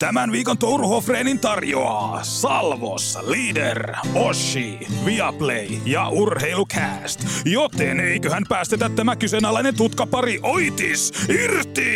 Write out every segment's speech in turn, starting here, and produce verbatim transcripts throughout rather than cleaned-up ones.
Tämän viikon Touruhofreenin tarjoaa Salvos, Leader, Oshi, Viaplay ja Urheilukääst. Joten eiköhän päästetä tämä kyseenalainen tutkapari Oitis irti!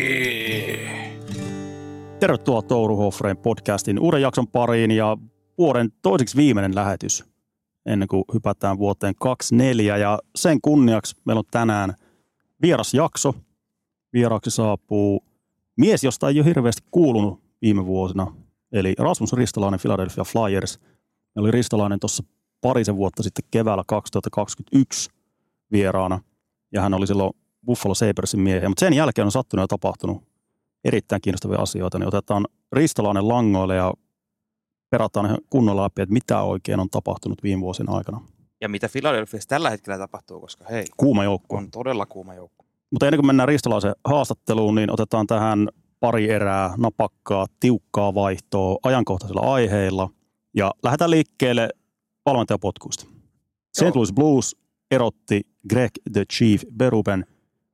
Tervetuloa Touruhofreen podcastin uuden jakson pariin ja vuoden toiseksi viimeinen lähetys ennen kuin hypätään vuoteen kaksikymmentäneljä. Ja sen kunniaksi meillä on tänään vierasjakso. Vieraaksi saapuu mies, josta ei ole hirveästi kuulunut viime vuosina, eli Rasmus Ristolainen Philadelphia Flyers. Meillä oli Ristolainen tuossa parisen vuotta sitten keväällä kaksituhattakaksikymmentäyksi vieraana, ja hän oli silloin Buffalo Sabresin miehiä, mutta sen jälkeen on sattunut ja tapahtunut erittäin kiinnostavia asioita, niin otetaan Ristolainen langoille ja perataan ihan kunnolla läpi, että mitä oikein on tapahtunut viime vuosina aikana. Ja mitä Philadelphiassa tällä hetkellä tapahtuu, koska hei, kuuma joukkue. On todella kuuma joukkue. Mutta ennen kuin mennään Ristolaisen haastatteluun, niin otetaan tähän pari erää, napakkaa, tiukkaa vaihtoa ajankohtaisilla aiheilla. Ja lähdetään liikkeelle valmentajapotkuista. Saint Louis Blues erotti Greg the Chief Berube.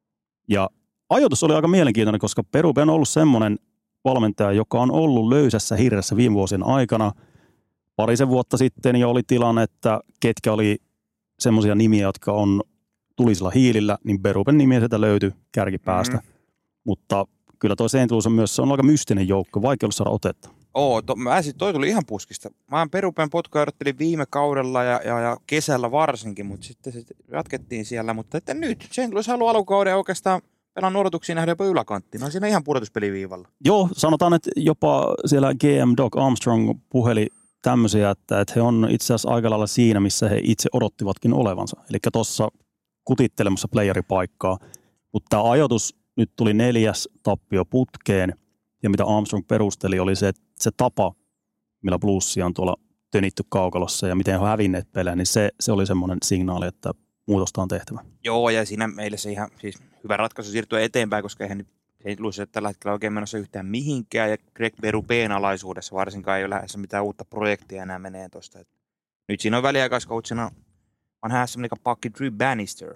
Ja ajoitus oli aika mielenkiintoinen, koska Berube on ollut semmoinen valmentaja, joka on ollut löysässä hirressä viime vuosien aikana. Parisen vuotta sitten jo oli tilanne, että ketkä oli semmoisia nimiä, jotka on tulisilla hiilillä, niin Beruben nimiä sieltä löytyi kärkipäästä. Mm-hmm. Mutta kyllä toi Saint Louis on myös, se on aika mystinen joukko, vaikea ollut saada otetta. Oo, to, mä siis toi tuli ihan puskista. Mä Beruben potkua odottelin viime kaudella ja, ja, ja kesällä varsinkin, mutta sitten sit jatkettiin siellä. Mutta että nyt Saint Louis haluaa alukauden oikeastaan pelaan odotuksiin nähdä jopa yläkanttiin. No siinä ihan pudotuspeliviivalla. Joo, sanotaan, että jopa siellä G M Doug Armstrong puheli tämmöisiä, että, että he on itse asiassa aika lailla siinä, missä he itse odottivatkin olevansa. Eli tuossa kutittelemassa playeripaikkaa. Mutta tämä ajoitus nyt tuli neljäs tappio putkeen, ja mitä Armstrong perusteli oli se, että se tapa, millä Bluesia on tuolla tönitty kaukalossa ja miten he on hävinneet pelejä, niin se, se oli semmoinen signaali, että muutosta on tehtävä. Joo, ja siinä meille se ihan siis hyvä ratkaisu siirtyä eteenpäin, koska eihän Saint Louis tällä hetkellä oikein menossa yhtään mihinkään, ja Greg Berubeen alaisuudessa varsinkaan ei ole lähdössä mitään uutta projektia enää menee tuosta. Nyt siinä on väliaikaiskoutsina on hässä pakki Drew Bannister.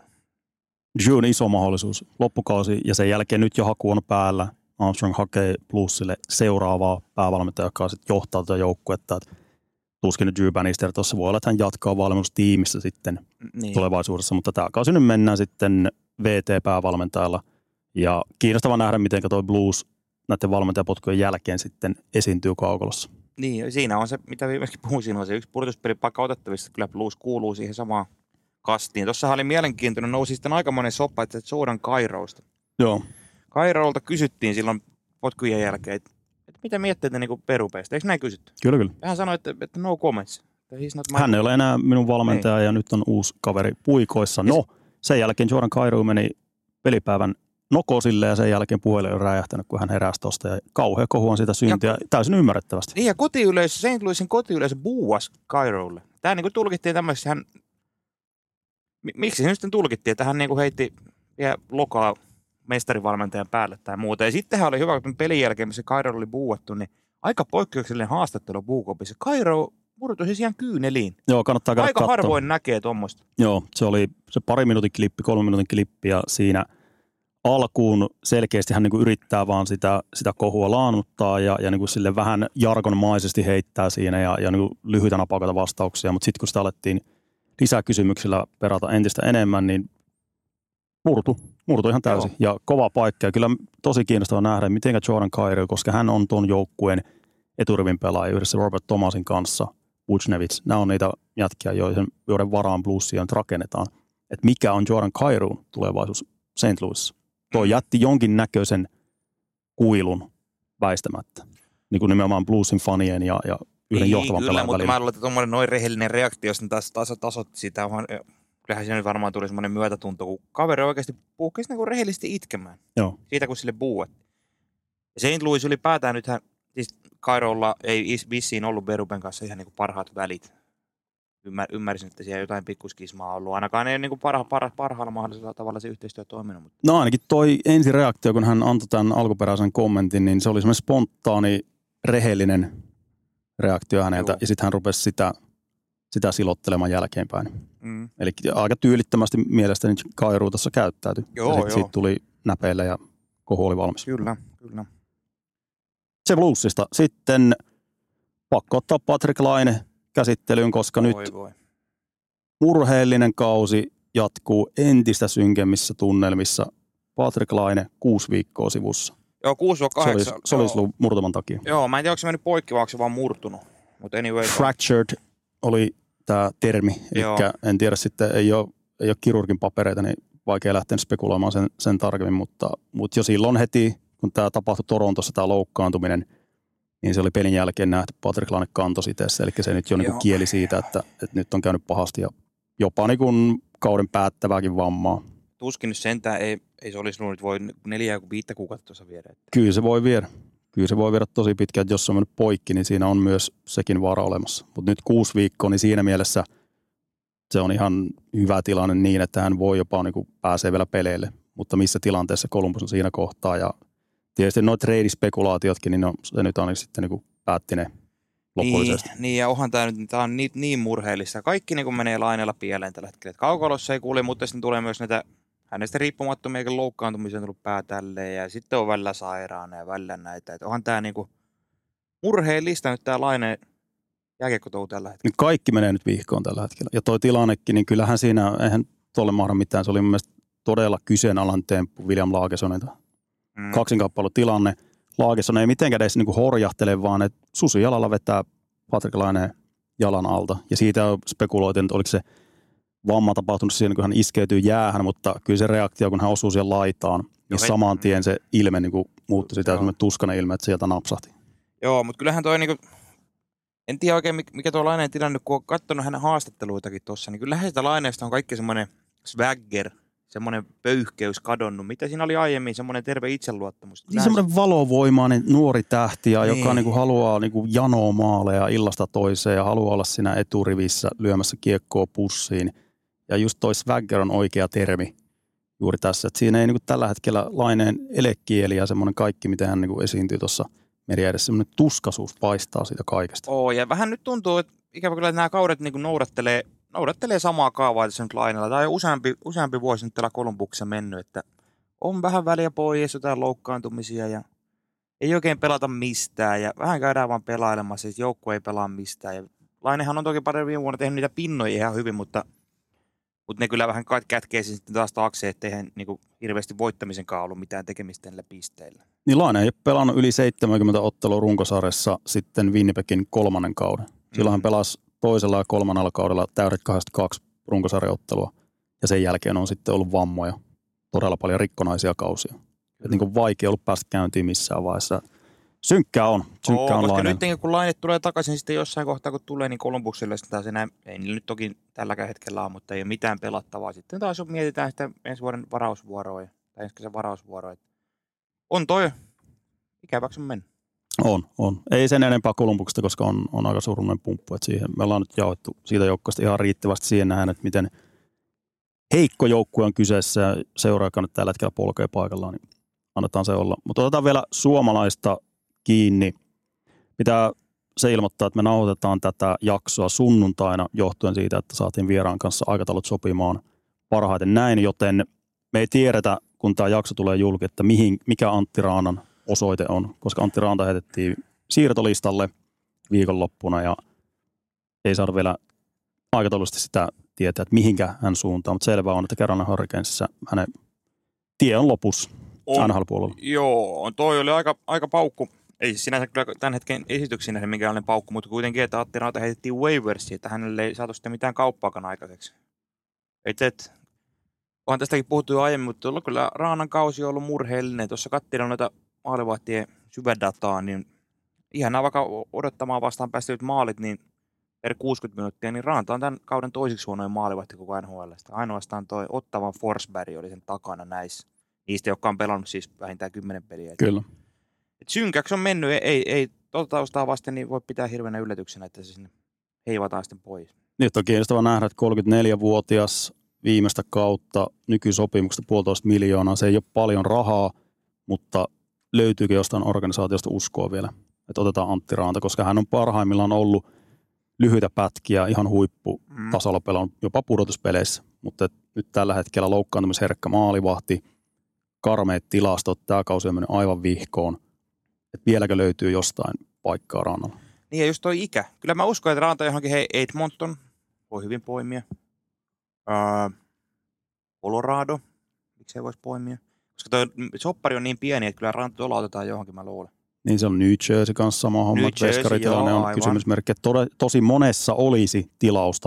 Drew on iso mahdollisuus loppukausi, ja sen jälkeen nyt jo haku on päällä. Armstrong hakee Bluesille seuraavaa päävalmentajaa, joka sitten johtaa tätä joukkuetta. Tuskin nyt Drew Bannister tuossa voi olla, että hän jatkaa valmennustiimissä sitten niin tulevaisuudessa, mutta tämä kausi nyt mennään sitten V T-päävalmentajalla. Ja kiinnostava nähdä, miten tuo Blues näiden valmentajapotkujen jälkeen sitten esiintyy kaukalossa. Niin, siinä on se, mitä viimeiskin puhuin, siinä on se yksi pudotuspelipaikka otettavissa, kyllä Blues kuuluu siihen samaan kastiin. Tuossahan oli mielenkiintoinen, nousi sitten aikamoinen soppa, että Jordan Kairousta. Joo. Kairolta kysyttiin silloin potkujen jälkeen, että, että mitä mietteitä niin Berubeesta, eikö näin kysytty? Kyllä, kyllä. Hän sanoi, että, että no comments. Hän ei ole enää minun valmentaja ei. Ja nyt on uusi kaveri puikoissa. No, sen jälkeen Jordan Kyrou meni pelipäivän nokosille ja sen jälkeen puhelin on räjähtänyt, kun hän heräsi tuosta. Ja kauhea kohu on sitä syntiä ja täysin ymmärrettävästi. Niin ja kotiyleisö, Saint Louisin kotiyleisö buuasi Kyroulle. Tämä niin kuin tulkittiin tämmöisessä, hän, miksi se nyt sitten tulkittiin, että hän niin kuin heitti vielä lokaa mestarivalmentajan päälle tai muuta. Ja sittenhän oli hyvä, kun pelin jälkeen, missä Kyrou oli buuattu, niin aika poikkeuksellinen haastattelu Buukopissa. Kyrou murtui siis ihan kyyneliin. Joo, kannattaa käydä aika katsoa. Harvoin näkee tuommoista. Joo, se oli se pari minuutin klippi, kolme minuutin klippi ja siinä alkuun selkeästi hän niin kuin yrittää vaan sitä, sitä kohua laannuttaa ja, ja niin kuin sille vähän jargonmaisesti heittää siinä ja, ja niin kuin lyhyitä napakata vastauksia, mutta sitten kun sitä alettiin lisäkysymyksillä perata entistä enemmän, niin murtu, murtu ihan täysin. Joo. Ja kova paikka ja kyllä tosi kiinnostavaa nähdä, miten Jordan Kyrou, koska hän on tuon joukkueen eturivin pelaaja yhdessä Robert Thomasin kanssa, Buchnevich. Nämä on niitä jätkiä, joiden, joiden varaan Bluesia nyt rakennetaan. Että mikä on Jordan Kyroun tulevaisuus Saint Louisissa? Tuo jätti jonkin näköisen kuilun väistämättä. Niin kuin nimenomaan Bluesin fanien ja, ja yhden niin, johtavan pelaajan välillä. Kyllä, mutta mä luulen, että tuommoinen noin rehellinen reaktio, jos ne taas taso, tasotti sitä, vaan kyllähän siinä varmaan tuli semmoinen myötätunto, kun kaveri oikeasti puhkesi niin kuin rehellisesti itkemään. Joo. Siitä, kun sille buuetti. Saint Louis ylipäätään nythän, siis Kyroulla ei vissiin ollut Beruben kanssa ihan niin kuin parhaat välit. Ymmär, ymmärsin, että siellä jotain pikkuskismaa on ollut. Ainakaan ei ole niin parha, parha, parhaalla mahdollisella tavalla se yhteistyö toiminut. Mutta. No ainakin toi ensireaktio, kun hän antoi tämän alkuperäisen kommentin, niin se oli semmoinen spontaani, rehellinen reaktio häneltä. Joo. Ja sitten hän rupesi sitä, sitä silottelemaan jälkeenpäin. Mm. Eli aika tyylittömästi mielestäni Kyrou tässä käyttäytyi. Joo, ja joo. Sitten siitä tuli näpeille ja kohu oli valmis. Kyllä, kyllä. Se Bluesista. Sitten pakko ottaa Patrick Laine käsittelyyn, koska voi nyt voi. murheellinen kausi jatkuu entistä synkemmissä tunnelmissa. Patrick Laine kuusi viikkoa sivussa. Joo, kuusi kahdeksan. Se olisi, se olisi ollut murtaman takia. Joo, mä en tiedä, onko se mennyt poikki, vai onko se vaan murtunut. Mutta anyway. Fractured oli tämä termi. Eli en tiedä sitten, ei ole, ei ole kirurgin papereita, niin vaikea lähteä spekuloimaan sen, sen tarkemmin. Mutta, mutta jo silloin heti, kun tämä tapahtui Torontossa, tämä loukkaantuminen, niin se oli pelin jälkeen nähty. Patrick Laine kantoi itse, eli se nyt jo niin kuin kieli siitä, että, että nyt on käynyt pahasti ja jopa niin kuin kauden päättävääkin vammaa. Tuskin nyt sentään ei, ei se olisi ollut, voi neljä kuin viittä kuukautta tuossa viedä. Että. Kyllä se voi viedä. Kyllä se voi viedä tosi pitkään, että jos se on mennyt poikki, niin siinä on myös sekin vaara olemassa. Mutta nyt kuusi viikkoa, niin siinä mielessä se on ihan hyvä tilanne niin, että hän voi jopa niin kuin pääsee vielä peleille. Mutta missä tilanteessa Columbus on siinä kohtaa. Ja tietysti nuo trade-spekulaatiotkin, niin no, se nyt ainakin sitten niin kuin päätti ne lopullisesti. Niin, niin, ja onhan tämä nyt tää on niin, niin murheellista. Kaikki niin kuin menee Laineella pieleen tällä hetkellä. Kaukalossa ei kuule, mutta sitten tulee myös näitä hänestä riippumattomia loukkaantumisia on tullut pää tälleen. Ja sitten on välillä sairaana ja välillä näitä. Et onhan tämä niin kuin murheellista nyt tämä Laineen jääkiekko-touhu tällä hetkellä. Nyt kaikki menee nyt vihkoon tällä hetkellä. Ja toi tilannekin, niin kyllähän siinä, eihän tuolle mahda mitään. Se oli mun mielestä todella kyseenalainen temppu William Lagesonilta. Mm. Kaksinkappalutilanne. Lagesson ei mitenkään edes niinku horjahtele, vaan että Susi jalalla vetää Patrick Laineen jalan alta. Ja siitä on spekuloitu, että oliko se vamma tapahtunut siinä, kun hän iskeytyy jäähän, mutta kyllä se reaktio, kun hän osuu siihen laitaan, niin Joo, saman tien se ilme niinku muuttui sitä, semmoinen tuskainen ilme, että sieltä napsahti. Joo, mutta kyllähän toi niinku, en tiedä oikein mikä tuo Laineen tilanne, kun on katsonut hänen haastatteluitakin tuossa, niin kyllähän sitä Laineesta on kaikki semmoinen swagger, semmoinen pöyhkeys kadonnut. Mitä siinä oli aiemmin, semmoinen terve itseluottamus. Niin semmoinen valovoimainen nuori tähti, ja niin. joka niinku haluaa niinku janoa maaleja illasta toiseen ja haluaa olla siinä eturivissä lyömässä kiekkoa pussiin. Ja just toi swagger on oikea termi juuri tässä. Et siinä ei niinku tällä hetkellä Laineen elekieli ja semmoinen kaikki, miten hän niinku esiintyy tuossa meri edessä. Semmoinen tuskaisuus paistaa siitä kaikesta. Oo, ja vähän nyt tuntuu, että ikävä kyllä nämä kaudet niinku noudattelee noudattelee samaa kaavaa tässä nyt Laineella. Tämä on useampi, useampi vuosi nyt täällä Columbuksessa mennyt, että on vähän väliä pois, jotain loukkaantumisia ja ei oikein pelata mistään ja vähän käydään vaan pelailemassa, siis joukko ei pelaa mistään. Ja Lainehan on toki pari viime vuonna tehnyt niitä pinnoja ihan hyvin, mutta, mutta ne kyllä vähän kätkee sitten taas taakse, ettei hän niin hirveästi voittamisenkaan ollut mitään tekemistä niillä pisteillä. Niin Laine ei ole pelannut yli seitsemänkymmentä ottelua runkosarjassa sitten Winnipegin kolmannen kauden. Silloin mm. hän pelasi toisella ja kolmannella kaudella täydet kahdeksankymmentäkaksi runkosarjaottelua. Ja sen jälkeen on sitten ollut vammoja. Todella paljon rikkonaisia kausia. Että niin kuin vaikea ollut päästä käyntiin missään vaiheessa. Synkkää on. Synkkää Oo, on koska Laine. nyt kun Laine tulee takaisin sitten jossain kohtaa, kun tulee, niin Columbukselle taas enää, ei niillä nyt toki tälläkään hetkellä ole, mutta ei ole mitään pelattavaa. Sitten taas mietitään sitä ensi vuoden varausvuoroa, tai ensi kesän varausvuoroa. On toi, ikäväksi on mennyt. On, on. Ei sen enempää Columbuksesta, koska on, on aika surullinen pumppu. Että siihen, me ollaan nyt jaoittu siitä joukkueesta ihan riittävästi siihen nähdään, että miten heikko joukkue on kyseessä ja seuraa, joka nyt tällä hetkellä polkee paikallaan, niin annetaan se olla. Mutta otetaan vielä suomalaista kiinni. Pitää se ilmoittaa, että me nauhoitetaan tätä jaksoa sunnuntaina johtuen siitä, että saatiin vieraan kanssa aikataulut sopimaan parhaiten näin, joten me ei tiedetä, kun tämä jakso tulee julki, että mihin, mikä Antti Raanan osoite on, koska Antti Raanta heitettiin siirtolistalle viikonloppuna ja ei saada vielä aikataulullisesti sitä tietää, että mihinkä hän suuntaa, mutta selvää on, että Carolina Hurricanesissa hänen tie on lopussa on, N H L-puolella. Joo, toi oli aika, aika paukku. Ei sinänsä kyllä tämän hetken esityksiin nähden minkälainen paukku, mutta kuitenkin, että Antti Raanta heitettiin waiversiin, että hänelle ei saatu sitten mitään kauppaakaan aikaiseksi. Et, et, onhan tästäkin puhuttu jo aiemmin, mutta tuolla kyllä Raanan kausi on ollut murheellinen. Tuossa katselin noita maalivahtien syvädataa, niin ihanaa vaikka odottamaan vastaan päästetyt maalit, niin per kuusikymmentä minuuttia, niin Raanta on tämän kauden toisiksi huonoin maalivahti koko N H L:stä. Ainoastaan toi Ottavan Forsberg oli sen takana näissä. Niistä, jotka on pelannut siis vähintään kymmenen peliä. Kyllä. Et synkäksi on mennyt, ei, ei tuota taustaa vasten niin voi pitää hirveänä yllätyksenä, että se sinne heivataan sitten pois. Nyt on kiinnostavaa nähdä, että kolmekymmentäneljävuotias viimeistä kautta nykysopimuksesta puolitoista miljoonaa. Se ei ole paljon rahaa, mutta löytyykö jostain organisaatiosta uskoa vielä, että otetaan Antti Raanta, koska hän on parhaimmillaan ollut lyhyitä pätkiä, ihan huipputasolla pelannut jopa pudotuspeleissä, mutta nyt tällä hetkellä loukkaantumisherkkä maalivahti, karmeet tilastot, tämä kausi on mennyt aivan vihkoon. että vieläkö löytyy jostain paikkaa rannalla. Niin ja just toi ikä. Kyllä mä uskon, että ranta johonkin, hei Edmonton voi hyvin poimia. Uh, Colorado, miksei voisi poimia. Koska toi soppari on niin pieni, että kyllä ranta tuolla otetaan johonkin, mä luulen. Niin se on New Jersey kanssa sama homma. Veskaritilanne on aivan. Kysymysmerkki, että tosi monessa olisi tilausta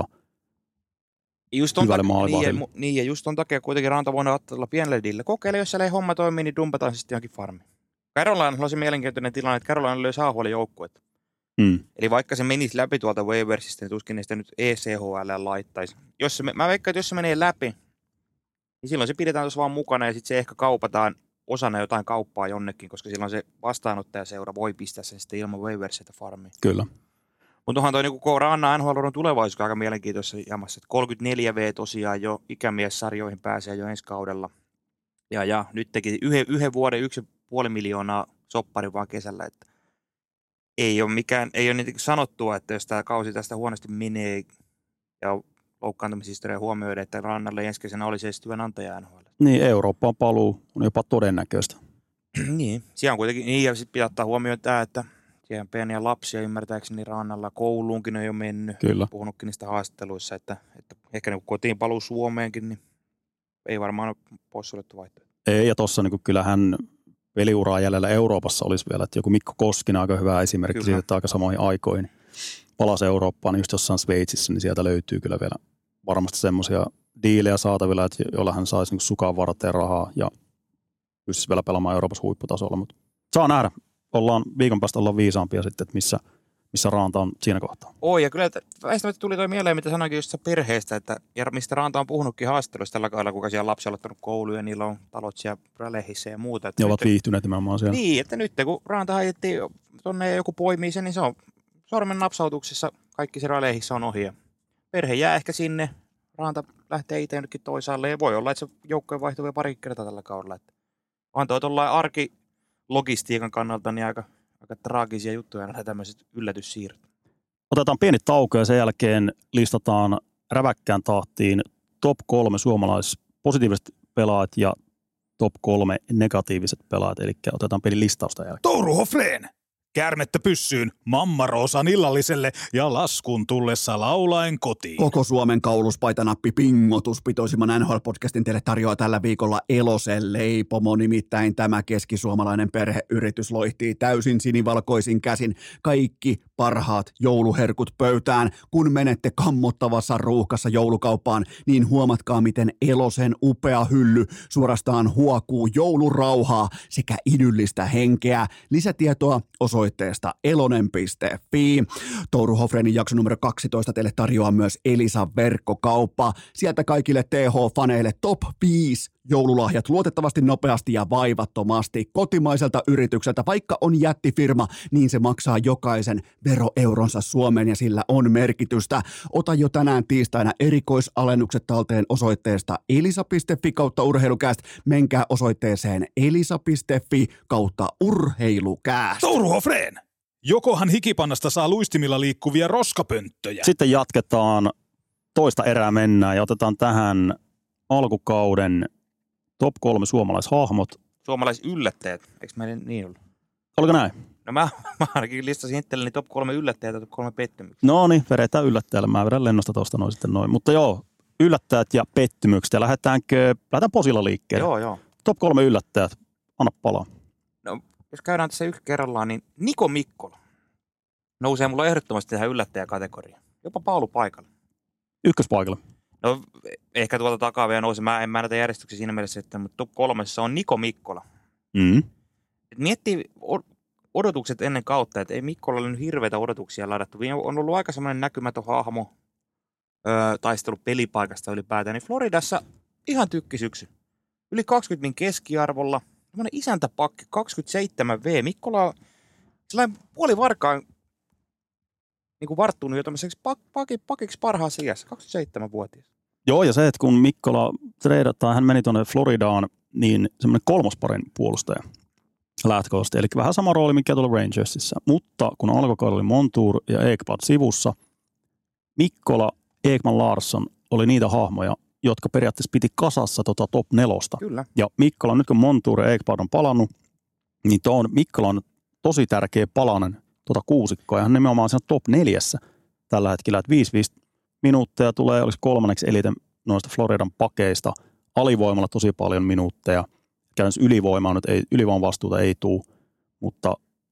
just hyvälle maalivahdille. Niin, niin ja just ton takia kuitenkin ranta voidaan ottaa pienelle dille. Kokeile, jos siellä ei homma toimii, niin dumpataan sitten johonkin farmiin. Carolina on se mielenkiintoinen tilanne, että Carolina löysi A H L-joukkuetta. Mm. Eli vaikka se menisi läpi tuolta waiversista, niin tuskin niistä nyt E C H L laittaisi. Jos se, mä veikkaan, että jos se menee läpi, niin silloin se pidetään tuossa vaan mukana ja sitten se ehkä kaupataan osana jotain kauppaa jonnekin, koska silloin se vastaanottajaseura voi pistää sen sitten ilman waiversita farmiin. Kyllä. Mutta onhan toi niinku Ranna N H L on tulevaisuus aika mielenkiintoisessa jamassa. kolmekymmentäneljä vuotias tosiaan jo ikämiessarjoihin pääsee jo ensi kaudella. Ja, ja nyt teki yhden, yhden vuoden yksi puoli miljoonaa soppari vaan kesällä, että ei ole mikään, ei ole niin sanottua, että jos tämä kausi tästä huonosti menee ja loukkaantumishistoria huomioida, että Rannalle ensi kesänä olisi edes työnantaja N H L. Niin, Eurooppaan paluu on jopa todennäköistä. Niin, siellä on kuitenkin, niin ja sitten pitää ottaa huomioon tämä, että siellä on pieniä lapsia ymmärtääkseni Rannalla, kouluunkin on jo mennyt. Kyllä. Puhunutkin niistä haastatteluissa, että, että ehkä niin kotiin paluu Suomeenkin, niin ei varmaan ole poissuljettu vaihtoehto. Ei, ja tuossa niin kyllähän peliuraa jäljellä Euroopassa olisi vielä, että joku Mikko Koskinen aika hyvä esimerkki kyllä. Siitä, että aika samoihin aikoihin palasi Eurooppaan, niin just jossain Sveitsissä, niin sieltä löytyy kyllä vielä varmasti semmoisia diilejä saatavilla, että joilla hän saisi niin sukaan varten rahaa ja pystyisi vielä pelaamaan Euroopassa huipputasolla, mutta saa nähdä. Ollaan, viikon päästä ollaan viisaampia sitten, että missä, missä Ranta on siinä kohtaa. Oi, ja kyllä väistämättä tuli toi mieleen, mitä sanoinkin just perheestä, että ja mistä Ranta on puhunutkin haastatteluissa tällä kaudella, kuka siellä lapsi on aloittanut kouluja, niillä on talot siellä Ralehissä ja muuta. Ne ovat viihtyneet nimenomaan siellä. Niin, että nyt kun Ranta hajettiin tuonne ja joku poimii sen, niin se on sormen napsautuksessa, kaikki se Ralehissä on ohi. Ja perhe jää ehkä sinne, Ranta lähtee itse nytkin toisaalle ja voi olla, että se joukkojen vaihtuu vielä pari kertaa tällä kaudella. Että on toi tuollainen arki logistiikan kannalta niin aika, aika traagisia juttuja nämä tämmöiset yllätyssiirrot. Otetaan pieni tauko ja sen jälkeen listataan räväkkään tahtiin top kolme suomalais positiiviset pelaajat ja top kolme negatiiviset pelaajat. Eli otetaan pieni listausta jälkeen. Touru Hofreen! Käärmettä pyssyyn, Mamma Roosan illalliselle ja laskun tullessa laulaen kotiin. Koko Suomen kauluspaitanappi pingotuspitoisimman N H L-podcastin teille tarjoaa tällä viikolla Elosen leipomo. Nimittäin tämä keskisuomalainen perheyritys loihtii täysin sinivalkoisin käsin kaikki parhaat jouluherkut pöytään. Kun menette kammottavassa ruuhkassa joulukauppaan, niin huomatkaa miten Elosen upea hylly suorastaan huokuu joulurauhaa sekä idyllistä henkeä. Lisätietoa osoitteesta elonen piste fi. Touru Hofreenin jakso numero kaksitoista teille tarjoaa myös Elisa verkkokauppa. Sieltä kaikille T H-faneille top viisi joululahjat luotettavasti, nopeasti ja vaivattomasti kotimaiselta yritykseltä. Vaikka on jättifirma, niin se maksaa jokaisen veroeuronsa Suomeen ja sillä on merkitystä. Ota jo tänään tiistaina erikoisalennukset talteen osoitteesta elisa piste fi kautta urheilukääst. Menkää osoitteeseen elisa piste fi kautta urheilukääst. Touru Hofreen! Jokohan hikipannasta saa luistimilla liikkuvia roskapönttöjä? Sitten jatketaan, toista erää mennään ja otetaan tähän alkukauden top kolme suomalaishahmot. Suomalaisyllättäjät, eikö meidän niin ollut? Oliko näin? No mä, mä ainakin listasin itselleni top kolme yllättäjät ja top kolme pettymyksiä. No niin, vedetään yllättäjällä. Mä vedän lennosta tuosta noin sitten noin. Mutta joo, yllättäjät ja pettymykset. Ja lähdetäänkö, lähdetään posilla liikkeelle. Joo, joo. Top kolme yllättäjät. Anna palaa. No, jos käydään tässä yksi kerrallaan, niin Niko Mikkola nousee mulla ehdottomasti tähän yllättäjäkategoriaan. Jopa Paulu paikalle. Ykköspaikalle. No ehkä tuolta takaa vielä nousi. Mä en mä näitä järjestyksiä siinä mielessä, että mutta top kolmessa on Niko Mikkola. Mm. Et miettii odotukset ennen kautta, että ei Mikkola ole nyt hirveitä odotuksia ladattu. On ollut aika semmoinen näkymätön hahmo, öö, taistellut pelipaikasta ylipäätään. Niin Floridassa ihan tykkisyksy. Yli kaksikymmentä min keskiarvolla. Semmoinen isäntäpakki, kaksikymmentäseitsemän vuotias. Mikkola on sellainen puoli varkaan niin kuin varttunut jo tämmöiseksi pak, pak, pakiksi parhaassa iässä, kaksikymmentäseitsemän-vuotias. Joo, ja se, että kun Mikkola treidataan, hän meni tuonne Floridaan, niin semmoinen kolmosparin puolustaja lähtökohtaisesti. Eli vähän sama rooli, mikä tuolla Rangersissa. Mutta kun alkukaudella oli Montour ja Ekblad sivussa, Mikkola, Ekman Larsson oli niitä hahmoja, jotka periaatteessa piti kasassa tota top nelosta. Kyllä. Ja Mikkola, nyt kun Montour ja Ekblad on palannut, niin tuon Mikkola on tosi tärkeä palanen tuota kuusikkoa. Ja hän nimenomaan siinä top neljässä tällä hetkellä, että viisi viisi minuutteja tulee, olisi kolmanneksi eliten noista Floridan pakeista. Alivoimalla tosi paljon minuutteja. Käytännössä ylivoimaa nyt ei, ylivoiman vastuuta ei tule, mutta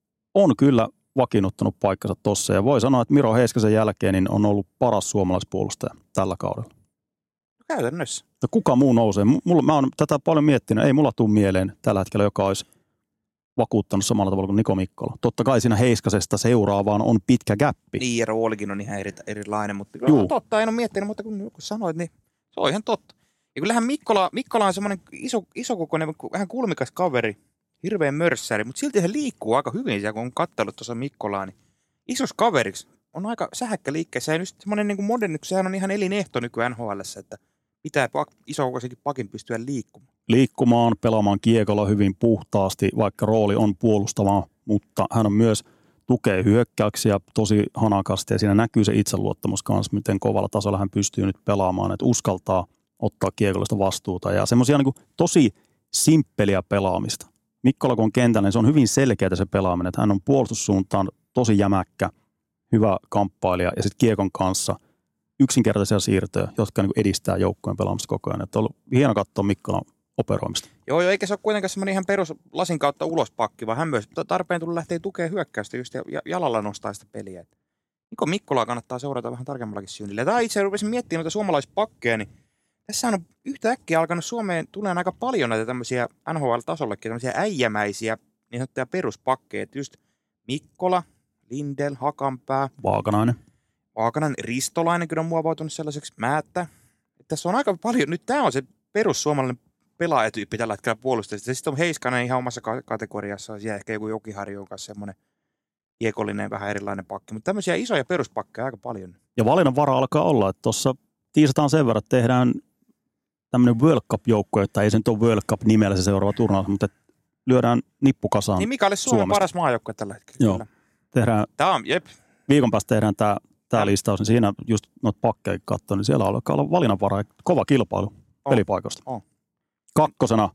on kyllä vakiinnuttanut paikkansa tossa. Ja voi sanoa, että Miro Heiskasen jälkeen niin on ollut paras suomalaispuolustaja tällä kaudella. Käytännössä. Ja kuka muu nousee? Mulla, mä oon tätä paljon miettinyt. Ei mulla tule mieleen tällä hetkellä, joka olisi vakuuttanut samalla tavalla kuin Niko Mikkola. Totta kai siinä Heiskasesta seuraavaan on pitkä gäppi. Niin, ja roolikin on ihan eri, erilainen, mutta kyllä on totta, en ole miettinyt, mutta kun, kun sanoit, niin se on ihan totta. Ja kyllähän Mikkola, Mikkola on semmoinen iso, isokokoinen, vähän kulmikas kaveri, hirveän mörssäri, mutta silti se liikkuu aika hyvin siellä, kun on katsellut tuossa Mikkolaa, niin isos kaveriksi on aika sähäkkä liikkeessä. Ja nyt semmoinen niin kuin moderni, sehän on ihan elinehto nykyään N H L:ssä, että pitää isokokoisenkin pakin pystyä liikkumaan. Liikkumaan, pelaamaan kiekolla hyvin puhtaasti, vaikka rooli on puolustava, mutta hän on myös tukee hyökkäyksiä tosi hanakasti ja siinä näkyy se itseluottamus kanssa, miten kovalla tasolla hän pystyy nyt pelaamaan, että uskaltaa ottaa kiekollista vastuuta ja semmoisia niin kuin tosi simppeliä pelaamista. Mikkola kun on kentällä, niin se on hyvin selkeää se pelaaminen, että hän on puolustussuuntaan tosi jämäkkä, hyvä kamppailija ja sitten kiekon kanssa yksinkertaisia siirtoja, jotka niin kuin edistää joukkueen pelaamista koko ajan. Että on ollut hieno katsoa Mikkolan operoimista. Joo, joo, eikä se ole kuitenkaan semmoinen ihan perus lasin kautta ulospakki, vaan hän myös tarpeen tullut lähteä tukemaan hyökkäystä just ja jalalla nostaa sitä peliä. Niko Mikkolaa kannattaa seurata vähän tarkemmallakin syynillä. Tämä itse rupesin miettimään noita suomalaispakkeja, niin tässä on yhtäkkiä alkanut Suomeen tulemaan aika paljon näitä tämmöisiä N H L-tasollekin, tämmöisiä äijämäisiä niin sanottuja peruspakkeja. Just Mikkola, Lindell, Hakanpää, Vaakanainen. Vaakanainen, Ristolainen kyllä on muovautunut sellaiseksi, Määttä. Tässä on aika paljon, nyt tämä on se perussuomalainen pelaajatyyppi tällä hetkellä puolustajista. Sitten on Heiskanen ihan omassa kategoriassa, siellä ehkä joku Jokiharju on kanssa semmoinen kiekollinen, vähän erilainen pakki. Mutta tämmöisiä isoja peruspakkeja aika paljon. Ja valinnan vara alkaa olla, että tuossa tiisataan sen verran, että tehdään tämmöinen World Cup-joukkue, että ei se nyt ole World Cup nimellä se seuraava turnaus, mutta lyödään nippukasaan. Niin mikä olisi Suomen Suomesta paras maajoukkue tällä hetkellä? Joo. Tehdään, tämä on, jep. Viikon päästä tehdään tämä, tämä listaus, niin siinä just noita pakkeja katsoo, niin siellä alkaa olla valinnanvaraa. Kova kilpailu on pelipaikoista. On. Kakkosena.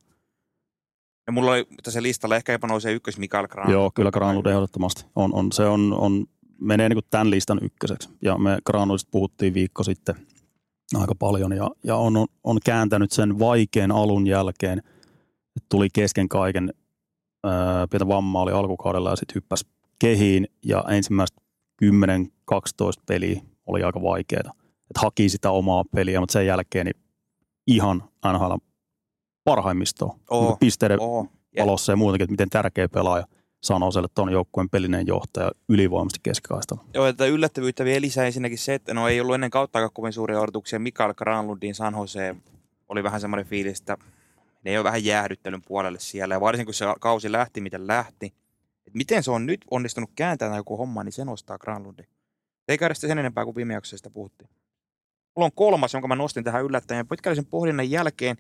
Ja mulla oli tässä listalla ehkä jopa nousee ykkös Mikael Granlund. Joo, kyllä Granlund ehdottomasti. On, on, se on, on, menee niin kuin tämän listan ykköseksi. Ja me Granlundista puhuttiin viikko sitten aika paljon. Ja, ja on, on, on kääntänyt sen vaikean alun jälkeen. Tuli kesken kaiken. Ää, pientä vammaa oli alkukaudella ja sitten hyppäsi kehiin. Ja ensimmäistä kymmenen kaksitoista peliä oli aika vaikeaa. Että haki sitä omaa peliä, mutta sen jälkeen niin ihan N H L parhaimmistoa. Oh, niin pisteiden oh, valossa ja muutenkin, että miten tärkeä pelaaja sanoo sille, että on joukkueen pelinen johtaja ylivoimasti keskikaistalla. Joo, että yllättävyyttä vielä lisää ensinnäkin se, että no ei ollut ennen kautta aika kovin suuria odotuksia. Mikael Granlundin San Jose oli vähän semmoinen fiilis, että ne ei ole vähän jäähdyttelyn puolelle siellä. Ja varsinkin kun se kausi lähti, miten lähti. Että miten se on nyt onnistunut kääntämään joku homma, niin se nostaa Granlundin. Ei käydä sen enempää kuin viime jaksossa sitä puhuttiin. Mulla on kolmas, jonka mä nostin tähän yllättäjän. Pitkällisen pohdinnan jälkeen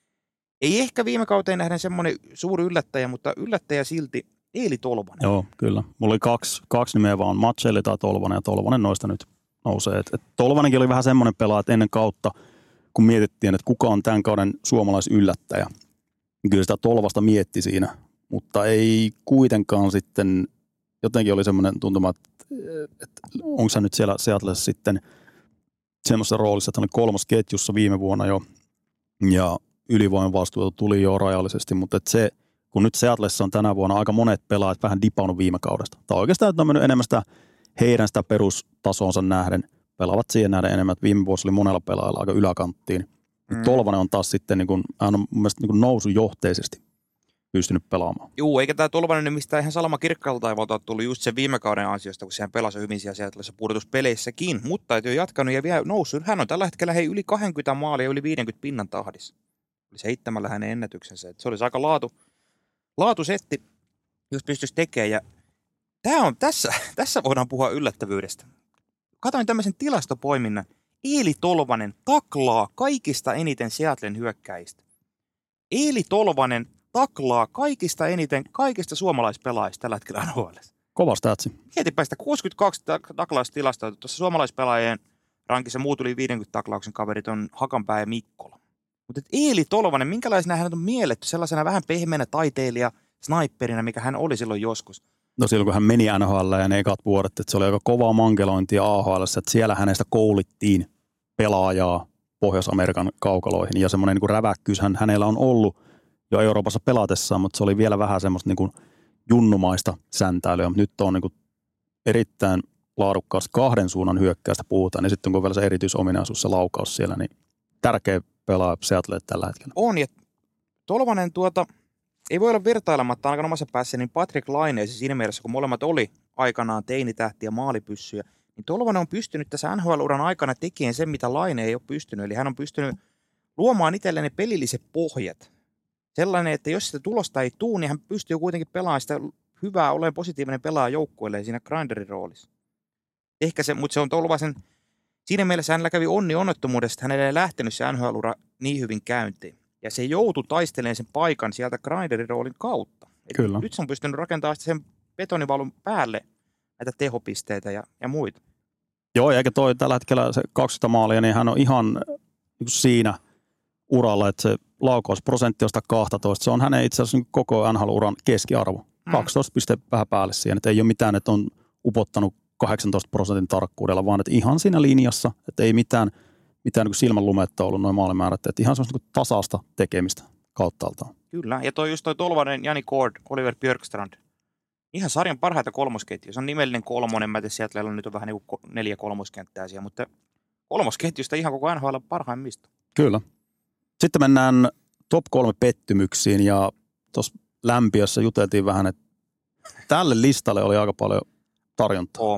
ei ehkä viime kauteen nähden semmoinen suuri yllättäjä, mutta yllättäjä silti Eeli Tolvanen. Joo, kyllä. Mulla oli kaksi, kaksi nimeä vaan, Matselli tai Tolvanen, ja Tolvanen noista nyt nousee. Et, et Tolvanenkin oli vähän semmoinen pelaaja, että ennen kautta, kun mietittiin, että kuka on tämän kauden suomalaisyllättäjä, niin kyllä sitä Tolvasta mietti siinä, mutta ei kuitenkaan sitten, jotenkin oli semmoinen tuntuma, että, että onko se nyt siellä Seattleissa sitten semmoisessa roolissa, että hän oli kolmas ketjussa viime vuonna jo, ja ylivoiman vastuuta tuli jo rajallisesti, mutta että se, kun nyt Seattleissa on tänä vuonna aika monet pelaajat vähän dipannut viime kaudesta. Tai oikeastaan on mennyt enemmän sitä heidän sitä perustasonsa nähden, pelaavat siihen nähden enemmän, että viime vuosi oli monella pelaajalla aika yläkanttiin. Mm. Tolvanen on taas sitten, niin kuin, hän on mun mielestä niin kuin nousujohteisesti pystynyt pelaamaan. Juu, eikä tämä Tolvanen mistään ihan salama kirkkaalta taivalta ole tullut just sen viime kauden ansiosta, kun sehän pelasi hyvin siellä Seattleissa pudotuspeleissäkin, mutta et ole jatkanut ja vielä noussut. Hän on tällä hetkellä hei, yli kaksikymmentä maalia ja yli viisikymmentä pinnan tahdissa. Oli seitsemällä hänen ennätyksensä. Et se olisi aika laatu, laatusetti, jos pystyisi tekemään. Ja tää on, tässä, tässä voidaan puhua yllättävyydestä. Katoin tämmöisen tilastopoiminnan. Eeli Tolvanen taklaa kaikista eniten Seattlen hyökkäistä. Eeli Tolvanen taklaa kaikista eniten kaikista suomalaispelaajista tällä hetkellä N H L:ssä. Kova statsi. Mietipä sitä kuusikymmentäkaksi taklaustilastoa. Tuossa suomalaispelaajien rankissa muut yli viidenkymmenen taklauksen kaverit on Hakanpää ja Mikkola. Mutta Eeli Tolvanen, minkälaisena hänet on mielletty sellaisena vähän pehmeänä taiteilija, sniperinä, mikä hän oli silloin joskus. No silloin kun hän meni N H L ja ne ekat vuodet, että se oli aika kovaa mankelointia A H L:ssä, että siellä hänestä koulittiin pelaajaa Pohjois-Amerikan kaukaloihin ja semmoinen niin räväkkyys hän, hänellä on ollut jo Euroopassa pelatessaan, mutta se oli vielä vähän semmoista niin kuin junnumaista säntäilyä, mutta nyt on niin kuin erittäin laadukkaasti kahden suunnan hyökkäystä puhutaan, niin sitten kun vielä se erityisominaisuus, se laukaus siellä, niin tärkeä pelaaja Seattle tällä hetkellä. On, ja Tolvanen tuota, ei voi olla vertailematta ainakaan omassa päässä, niin Patrick Laine siis siinä mielessä, kun molemmat oli aikanaan teinitähtiä maalipyssyjä, niin Tolvanen on pystynyt tässä N H L-uran aikana tekemään sen, mitä Laine ei ole pystynyt. Eli hän on pystynyt luomaan itselleen ne pelilliset pohjat. Sellainen, että jos sitä tulosta ei tule, niin hän pystyy kuitenkin pelaamaan sitä hyvää, olemaan positiivinen pelaaja joukkueelle siinä grinderin roolissa. Ehkä se, mutta se on Tolvasen, siinä mielessä hänellä kävi onni onnettomuudesta, hänellä ei lähtenyt se N H L-ura niin hyvin käyntiin. Ja se joutui taistelemaan sen paikan sieltä grinderin roolin kautta. Kyllä. Nyt se on pystynyt rakentamaan sen betonivalun päälle näitä tehopisteitä ja, ja muita. Joo, eikä toi tällä hetkellä se kaksikymmentä maalia, niin hän on ihan niin siinä uralla, että se laukausprosentti on sitä kaksitoista. Se on hänen itse asiassa koko N H L-uran keskiarvo. Mm. kaksitoista piste vähän päälle siihen, että ei ole mitään, että on upottanut kahdeksantoista prosentin tarkkuudella, vaan että ihan siinä linjassa, että ei mitään, mitään niin silmänlumetta ollut noin maalimäärät, että ihan semmoista niin tasaista tekemistä kauttaaltaan. Kyllä, ja toi just toi Tolvanen, Jani Cord, Oliver Björkstrand. Ihan sarjan parhaita kolmosketjuja. Se on nimellinen kolmonen, mä tiedän, Seattlella nyt on vähän niin kuin neljä kolmoskenttää siellä, mutta kolmosketjusta ihan koko N H L parhaimmista. Kyllä. Sitten mennään top kolme pettymyksiin ja tuossa lämpiössä juteltiin vähän, että tälle listalle oli aika paljon tarjontaa. Oo.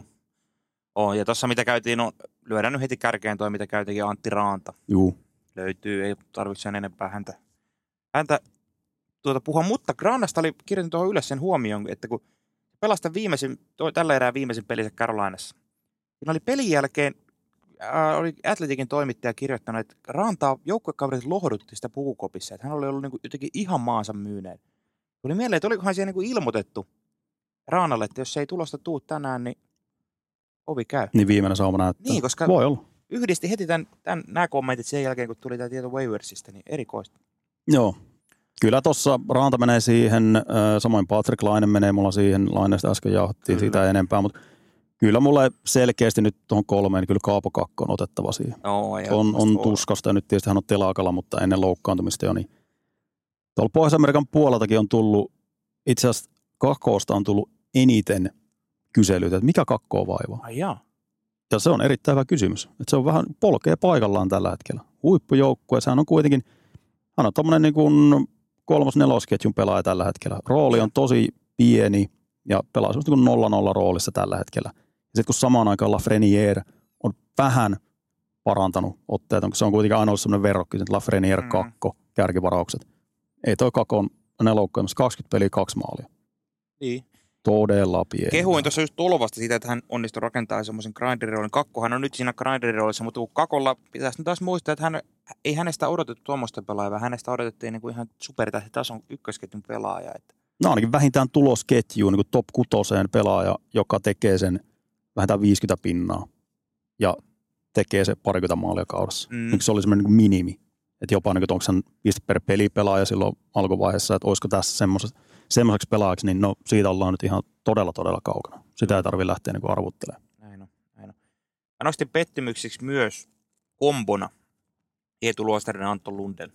Oo. Ja tuossa mitä käytiin, no, lyödään nyt heti kärkeen toi, mitä käytiinkin Antti Raanta. Juu. Löytyy, ei tarvitse sen enempää häntä, häntä tuota puhua, mutta Granasta oli kirjoitin tuohon ylös sen huomioon, että kun pelasta viimeisen, toi, tällä erää viimeisen pelinsä Carolinassa. Siinä oli pelin jälkeen, ää, oli Athletikin toimittaja kirjoittanut, että Rantaa joukkuekaverit lohdutti sitä pukukopissa, että hän oli ollut niin kuin jotenkin ihan maansa myyneen. Tuli mieleen, että olikohan siellä niin kuin ilmoitettu Raanalle, että jos ei tulosta tuu tänään, niin ovi käy. Niin viimeinen sauma näyttää. Niin, koska voi olla. Yhdisti heti tämän, tämän, nämä kommentit sen jälkeen, kun tuli tämä tieto waiversista, niin erikoista. Joo. Kyllä tuossa Raanta menee siihen, samoin Patrick Laine menee mulla siihen, Laineesta äsken jauhattiin siitä ei enempää, mutta kyllä mulle selkeästi nyt tuohon kolmeen, niin kyllä Kaapo Kakko on otettava siihen. No, on on tuskasta ja nyt tietysti hän on telakalla, mutta ennen loukkaantumista jo. Niin. Tuolla Pohjois-Amerikan puoleltakin on tullut, itse asiassa Kakkosta on tullut eniten kyselyitä, että mikä Kakkoa vaivaa. Ai jaa. Ja se on erittäin hyvä kysymys. Että se on vähän polkee paikallaan tällä hetkellä. Huippujoukkue, sehän on kuitenkin, hän on tommonen niin kuin kolmos-nelosketjun pelaaja tällä hetkellä. Rooli on tosi pieni ja pelaa semmoista niin kuin nolla nolla roolissa tällä hetkellä. Ja sitten kun samaan aikaan Lafreniere on vähän parantanut otteet, se on kuitenkin aina ollut semmoinen verrokki, että Lafreniere mm. kakko, kärkivaraukset. Ei toi kakko on ne loukkaamassa kaksikymmentä peliä, kaksi maalia. Niin. Todella pieni. Kehuin tuossa just Tolvasta siitä, että hän onnistui rakentamaan semmoisen grinderiroolin. Kakkohan on nyt siinä grinderiroolissa, mutta Kakolla pitäisi taas muistaa, että hän, ei hänestä odotettu tuommoista pelaajaa, vaan hänestä odotettiin niin kuin ihan supertähtitason ykkösketjun pelaaja. Että. No ainakin vähintään tulosketjuun niin kuin top kutoseen pelaaja, joka tekee sen vähintään viisikymmentä pinnaa ja tekee se parikymmentä maalia kaudessa. Mm. Se oli semmoinen niin kuin minimi. Että jopa niin kuin, onko hän piste per peli pelaaja silloin alkuvaiheessa, että olisiko tässä semmoiset semmoiseksi pelaajaksi, niin no siitä ollaan nyt ihan todella, todella kaukana. Sitä ei tarvitse lähteä niin kuin arvuttelemaan. Näin on, näin on. Mä nostin pettymyksiksi myös kombona Eetu Luostarinen ja Anton Lundell.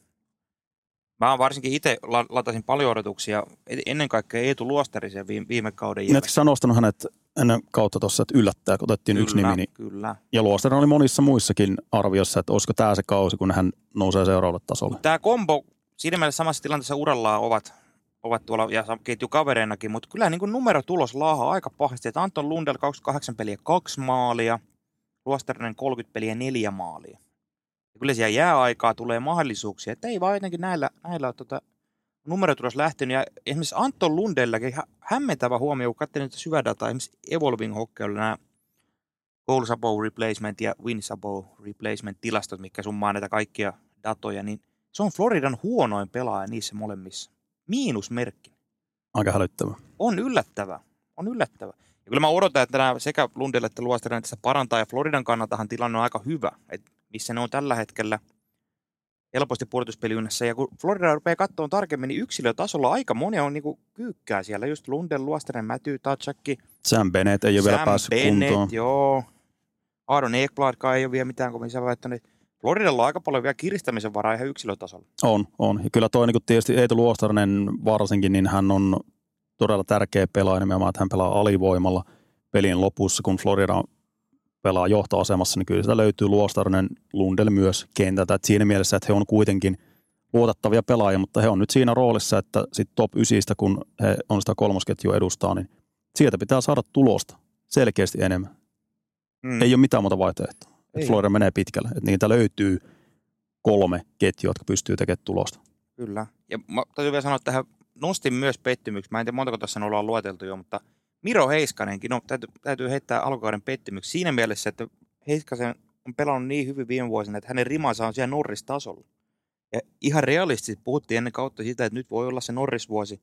Mä varsinkin itse latasin paljon odotuksia ennen kaikkea Eetu Luostarisen viime, viime kauden jälkeen. Etkö sä nostanut hänet ennen kautta tuossa, että yllättää, kun otettiin kyllä, yksi nimi. Niin kyllä. Ja Luostarinen oli monissa muissakin arviossa, että olisiko tämä se kausi, kun hän nousee seuraavalle tasolle. Tämä kombo siinä mielessä samassa tilanteessa urallaan ovat ovat tuolla ja ketjukavereenakin, mutta kyllä niin kuin numerotulos laahaa aika pahasti, että Anton Lundell kaksikymmentäkahdeksan peliä kaksi maalia, Luostarinen kolmekymmentä peliä neljä maalia. Ja kyllä siellä jääaikaa tulee mahdollisuuksia, että ei vaan jotenkin näillä, näillä ole tota numerotulos lähtenyt. Ja esimerkiksi Anton Lundelläkin hämmentävä huomio, kun katselin nyt syvädataa, esimerkiksi Evolving Hockeylla nämä Goals Above Replacement ja Wins Above Replacement tilastot, mitkä summaa näitä kaikkia datoja, niin se on Floridan huonoin pelaaja niissä molemmissa. Miinusmerkki. Aika hälyttävä. On yllättävä. On yllättävä. Ja kyllä mä odotan, että nämä sekä Lundell että Luostarinen tässä parantaa, ja Floridan kannaltahan tilanne on aika hyvä. Et missä ne on tällä hetkellä helposti pudotuspeliynnässä. Ja kun Florida rupeaa katsomaan tarkemmin, niin yksilötasolla aika moni on niinku kyykkää siellä. Just Lundell, Luostanen, Matthew, Tatchakki. Sam Bennett ei ole Sam vielä päässyt Bennett, kuntoon. joo. Aaron Ekbladkaan ei ole vielä mitään, kun sä väittänyt. Floridalla on aika paljon vielä kiristämisen varaa ihan yksilötasolla. On, on. Ja kyllä toi niin tietysti Eetu Luostarinen varsinkin, niin hän on todella tärkeä pelaaja nimenomaan, että hän pelaa alivoimalla pelin lopussa, kun Florida pelaa johtoasemassa, niin kyllä sitä löytyy Luostarinen, Lundell myös kentältä. Et siinä mielessä, että he on kuitenkin luotettavia pelaajia, mutta he on nyt siinä roolissa, että sitten top yhdeksästä, kun he on sitä kolmosketjua edustaa, niin sieltä pitää saada tulosta selkeästi enemmän. Mm. Ei ole mitään muuta vaihtoehtoa. Florida menee pitkälle. Että niitä löytyy kolme ketjua, jotka pystyy tekemään tulosta. Kyllä. Ja mä täytyy vielä sanoa, että tähän nostin myös pettymyksi. Mä en tiedä montako tässä ollaan lueteltu jo, mutta Miro Heiskanenkin, no täytyy, täytyy heittää alkukauden pettymyksi siinä mielessä, että Heiskasen on pelannut niin hyvin viime vuosina, että hänen rimansa on siellä Norris-tasolla. Ja ihan realistisesti puhuttiin ennen kautta sitä, että nyt voi olla se Norris-vuosi,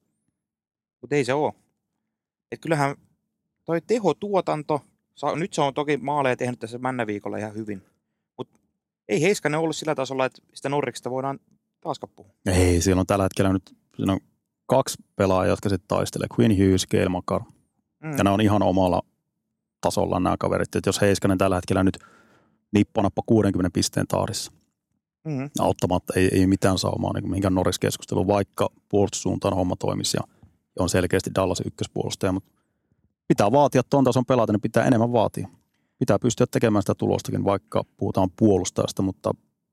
mutta ei se ole. Että kyllähän toi tehotuotanto, nyt se on toki maaleja tehnyt tässä männäviikolla ihan hyvin, mutta ei Heiskanen ollut sillä tasolla, että sitä Norriksesta voidaan taaskaan puhua. Ei, siellä on tällä hetkellä nyt siinä on kaksi pelaajaa, jotka sitten taistelee, Quinn Hughes, Cale Makar. Mm. Ja ne on ihan omalla tasollaan nämä kaverit. Että jos Heiskanen tällä hetkellä nyt nippanappa kuudenkymmenen pisteen tahdissa, mm-hmm. ottamatta ei, ei mitään saumaa niin mihinkään Norris-keskusteluun, vaikka puolustussuuntaan homma toimisi ja on selkeästi Dallasin ykköspuolustaja, mutta pitää vaatia tuon tason pelata, niin pitää enemmän vaatia. Pitää pystyä tekemään sitä tulostakin, vaikka puhutaan puolustajasta, mutta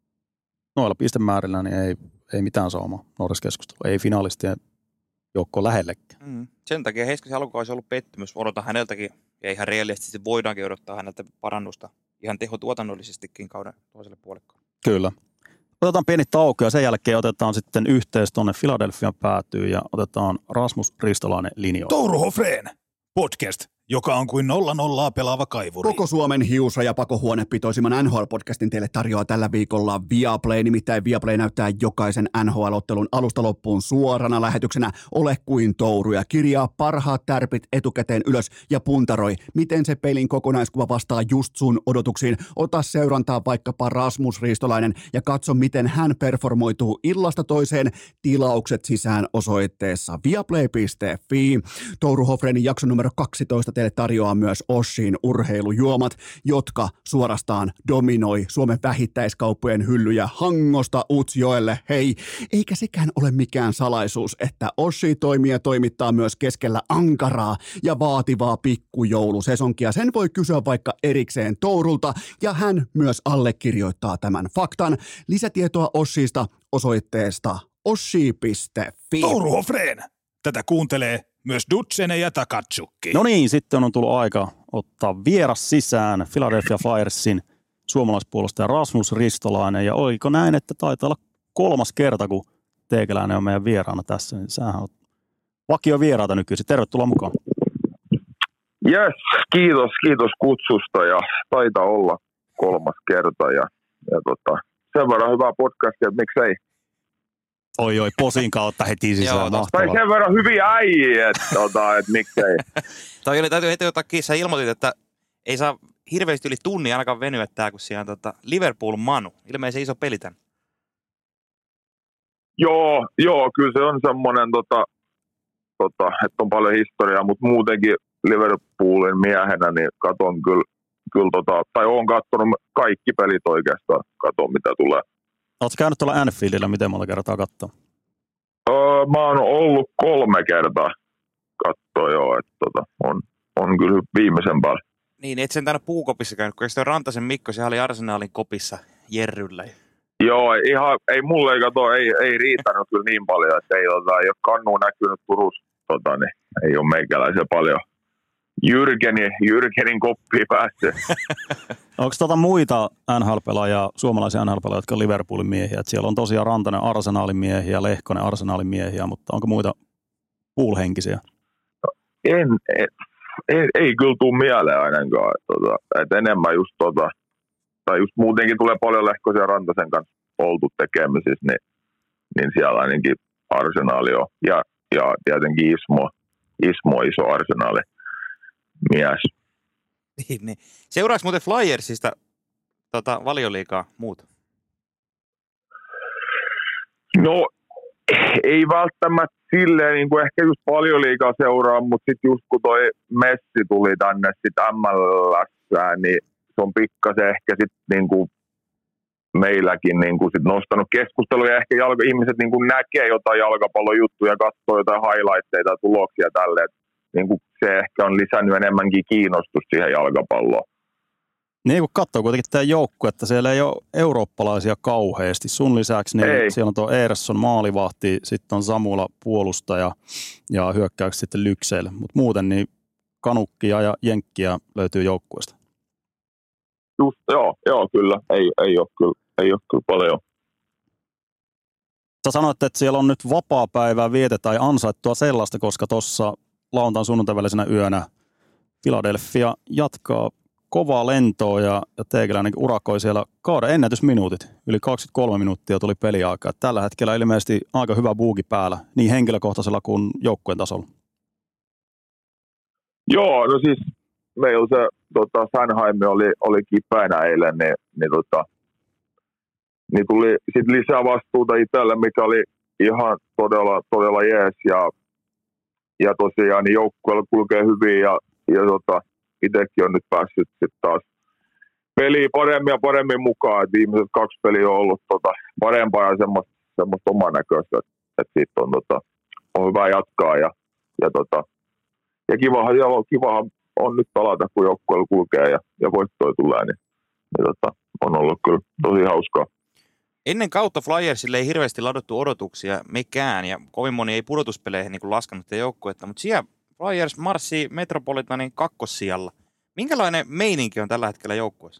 noilla pistemäärillä niin ei, ei mitään saumaa Norris-keskustelua. Ei finalistien joukkoon lähellekään. Mm. Sen takia Heiskasen alkukausi on ollut pettymys. Odotan häneltäkin, ja ihan realistisesti voidaankin odottaa häneltä parannusta ihan tehotuotannollisestikin kauden toiselle puolelle. Kyllä. Otetaan pieni tauko ja sen jälkeen otetaan sitten yhteys tuonne Philadelphian päätyyn ja otetaan Rasmus Ristolainen linjoille. Touru Hofreen, podcast, joka on kuin nolla nollaa pelaava kaivuri. Koko Suomen hiusa- ja pakohuonepitoisimman N H L-podcastin teille tarjoaa tällä viikolla Viaplay. Nimittäin Viaplay näyttää jokaisen N H L-ottelun alusta loppuun suorana lähetyksenä. Ole kuin Touru ja kirjaa parhaat tärpit etukäteen ylös ja puntaroi, miten se pelin kokonaiskuva vastaa just sun odotuksiin. Ota seurantaa vaikkapa Rasmus Ristolainen ja katso, miten hän performoituu illasta toiseen. Tilaukset sisään osoitteessa viaplay piste fi. Touru Hofreenin jakson numero kaksitoista teille tarjoaa myös Oshin urheilujuomat, jotka suorastaan dominoi Suomen vähittäiskauppojen hyllyjä Hangosta Utsjoelle. Hei, eikä sekään ole mikään salaisuus, että Oshi toimii ja toimittaa myös keskellä ankaraa ja vaativaa pikkujoulusesonkia. Sen voi kysyä vaikka erikseen Tourulta ja hän myös allekirjoittaa tämän faktan. Lisätietoa Oshista osoitteesta oshi piste fi. Touru Hofreen, tätä kuuntelee myös Dutsene ja Takatsukki. No niin, sitten on tullut aika ottaa vieras sisään Philadelphia Flyersin suomalaispuolustaja Rasmus Ristolainen. Ja oliko näin, että taitaa olla kolmas kerta, kun teikäläinen on meidän vieraana tässä. Niin sähän on vakio vieraata nykyisin. Tervetuloa mukaan. Jes, kiitos, kiitos kutsusta ja taitaa olla kolmas kerta. Ja, ja tota, sen verran hyvää podcastia, että miksei. Oi oi, posin kautta heti sisään. Joo, mahtavaa. Tai sen verran hyviä äijiä, että, tota, että miksei. Toi oli, täytyy heti ottaa kiinni. Sä ilmoitit, että ei saa hirveästi yli tunnin ainakaan venyä tää, kun siellä on tota Liverpool Manu. Ilmeisesti iso peli tän. Joo, joo, kyllä se on semmoinen, tota, tota, että on paljon historiaa, mutta muutenkin Liverpoolin miehenä niin katon kyllä, kyllä tota, tai oon katsonut kaikki pelit oikeastaan, katon mitä tulee. Oletko käynyt tuolla Anfieldillä, miten monta kertaa katsoa? Öö, mä oon ollut kolme kertaa katsoa joo, että tota, on, on kyllä viimeisen päällä. Niin, et sen tänne puukopissa käynyt, kun se on Rantasen Mikko, sehän oli Arsenalin kopissa Jerryllä. Joo, ihan, ei mulle ei, kato, ei, ei riittänyt kyllä niin paljon, että ei, tota, ei ole kannua näkynyt Turussa, tota, niin ei ole meikäläisiä paljon Jyrgenin, Jyrgenin koppia päässyt. Onko tuota muita N H L-pelaajia, suomalaisia N H L-pelaajia, jotka on Liverpoolin miehiä? Et siellä on tosiaan Rantanen Arsenalin miehiä, Lehkonen Arsenalin miehiä, mutta onko muita pool-henkisiä? En, en, ei, ei kyllä tule mieleen ainakaan. Tota, et enemmän just, tota, tai just muutenkin tulee paljon Lehkosen ja Rantasen kanssa oltu tekemisissä, niin, niin siellä ainakin Arsenali on. Ja, ja tietenkin Ismo, Ismo iso Arsenali mies. Niin, niin. Seuraaks muuten Flyersista tota, Valioliigaa muuta? No ei välttämättä silleen, niin kuin ehkä just paljon liikaa seuraa, mutta sitten just kun toi Messi tuli tänne sitten M L:ään, niin se on pikkasen ehkä sitten niin kuin meilläkin niin kuin sit nostanut keskusteluja. Ehkä jalka, ihmiset niin kuin näkee jotain jalkapallon juttuja, katsoo jotain highlightteita ja tuloksia tälleen. Niin kuin se ehkä on lisännyt enemmänkin kiinnostus siihen jalkapalloon. Niin kun katsoo kuitenkin tämä joukkue, että siellä ei ole eurooppalaisia kauheasti. Sun lisäksi niin ei. Siellä on tuo Ersson maalivahti, sitten on Samula puolustaja ja hyökkäyksi sitten Lyksel. Mutta muuten niin kanukkia ja jenkkiä löytyy joukkueesta. Just, joo, joo, kyllä. Ei, ei, ole kyllä. ei ole kyllä paljon. Sä sanoit, että siellä on nyt vapaa-päivää vietetään ja ansaittua sellaista, koska tuossa lauantain sunnuntain välisenä yönä Philadelphia jatkaa kovaa lentoa ja, ja teikäläinen urakoi siellä kauden ennätysminuutit. Yli kaksikymmentäkolme minuuttia tuli peliaikaa. Tällä hetkellä ilmeisesti aika hyvä buugi päällä, niin henkilökohtaisella kuin joukkueen tasolla. Joo, no siis meillä se tota, Sanheim oli, oli kipeänä eilen, niin, niin, tota, niin tuli sit lisää vastuuta itselle, mikä oli ihan todella, todella jees. Ja, ja tosiaan niin joukkueella kulkee hyvin ja, ja tota, itsekin on nyt päässyt sitten taas peliin paremmin ja paremmin mukaan. Et viimeiset kaksi peliä on ollut tota, parempaa ja semmoista, semmoista oman näköistä, että et siitä on, tota, on hyvä jatkaa. Ja, ja, tota, ja kivahan, ja kivahan on nyt palata, kun joukkueella kulkee ja, ja voittoja tulee, niin, niin tota, on ollut kyllä tosi hauskaa. Ennen kautta Flyersille ei hirveästi ladottu odotuksia mekään, ja kovin moni ei pudotuspeleihin niin laskenut joukkuetta, mutta siellä Flyers marssii Metropolitanin kakkossijalla. Minkälainen meininki on tällä hetkellä joukkueessa?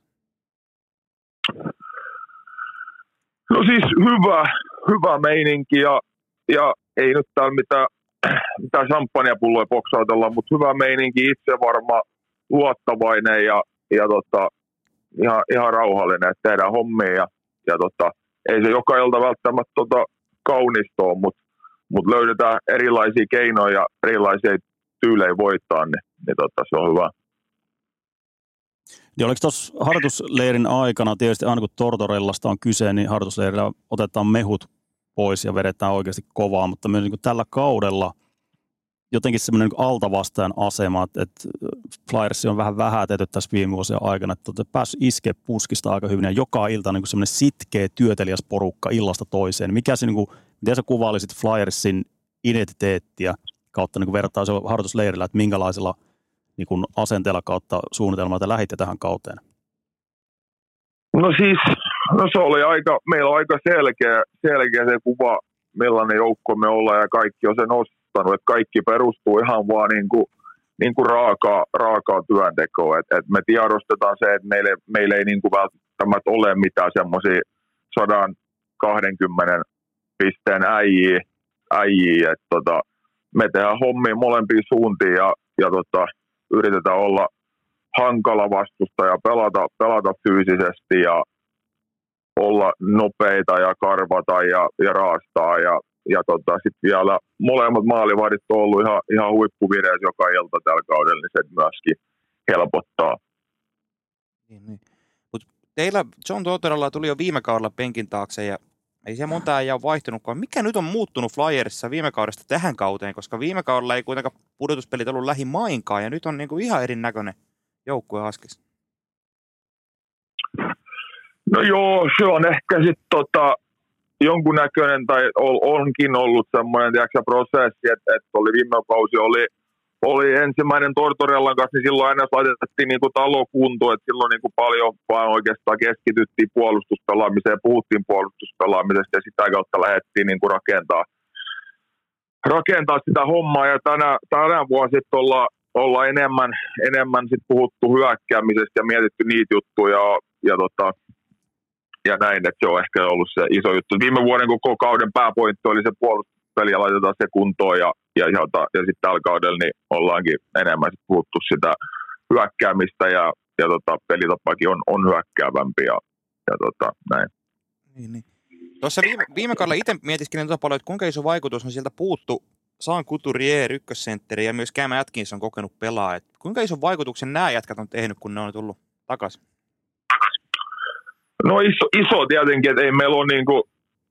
No siis hyvä, hyvä meininki ja, ja ei nyt täällä mitään, mitään champagnepulloja poksautella, mutta hyvä meininki, itse varma, luottavainen ja, ja tota, ihan, ihan rauhallinen, että tehdään hommia ja, ja tota, ei se joka ilta välttämättä tota, kaunista ole, mutta mut löydetään erilaisia keinoja ja erilaisia tyylejä voittaa, niin, niin tota, se on hyvä. Niin oliko tuossa harjoitusleirin aikana, tietysti aina kun Tortorellasta on kyse, niin harjoitusleirillä otetaan mehut pois ja vedetään oikeasti kovaa, mutta myös niin tällä kaudella jotenkin semmoinen niin altavastajan asema, että, että Flyers on vähän vähätetty tässä viime vuosien aikana, että olette päässyt iskeä puskista aika hyvin ja joka ilta niin semmoinen sitkeä työtelijäs porukka illasta toiseen. Mikä se, niin kuin, miten sä kuvailisit Flyersin identiteettiä kautta niin vertaa se harjoitusleirillä, että minkälaisella niin kuin asenteella kautta suunnitelmaa te lähditte tähän kauteen? No siis, no se oli aika, meillä on aika selkeä, selkeä se kuva, millainen joukko me ollaan ja kaikki on sen nostanut, että kaikki perustuu ihan vaan niin kuin, niin kuin raakaa, raakaa työntekoa, että et me tiedostetaan se, että meille, meille ei niin kuin välttämättä ole mitään semmoisia sata kaksikymmentä pisteen äijiä, äijiä että tota, me tehdään hommia molempiin suuntiin ja, ja tota, yritetään olla hankala vastusta ja pelata, pelata fyysisesti ja olla nopeita ja karvata ja, ja raastaa. Ja, ja tota, sitten vielä molemmat maalivahdit on ollut ihan, ihan huippuvireessä joka ilta tällä kaudella, niin se myöskin helpottaa. Niin, niin. Mut teillä John Tortorella tuli jo viime kaudella penkin taakse ja ei se monta ei ole vaihtunutkaan. Mikä nyt on muuttunut Flyersissa viime kaudesta tähän kauteen, koska viime kaudella ei kuitenkaan pudotuspelit ollut lähimainkaan ja nyt on niinku ihan erinäköinen joukkue Haskis. No joo, se on ehkä sitten tota, jonkunnäköinen tai onkin ollut semmoinen tiedätkö, prosessi, että et oli viime kausi oli, oli ensimmäinen Tortorellan kanssa, niin silloin aina laitettiin niinku talo kuntoon, että silloin niinku paljon vaan oikeastaan keskityttiin puolustuspelaamiseen, puhuttiin puolustuspelaamisesta ja sitä kautta lähdettiin niinku rakentaa, rakentaa sitä hommaa ja tänä, tänä vuonna sitten ollaan olla enemmän, enemmän sit puhuttu hyökkäämisestä ja mietitty niitä juttuja ja, ja, tota, ja näin, että se on ehkä ollut se iso juttu. Viime vuoden koko kauden pääpointti oli se puolustuspeli ja laitetaan se kuntoon ja, ja, ja, ja sitten tällä kaudella niin ollaankin enemmän sit puhuttu sitä hyökkäämistä ja, ja tota, pelitapakin on, on hyökkäävämpi ja, ja tota, näin. Niin, niin. Tuossa viime, viime kaudella itse mietiskelin tota paljon, että kuinka iso vaikutus on sieltä puuttu Sean Couturier, ykkössentteri ja myös Cam Atkins on kokenut pelaa. Et kuinka ison vaikutuksen nämä jätkät on tehnyt, kun ne on tullut takaisin? No iso, iso tietenkin, että ei meillä ole niinku,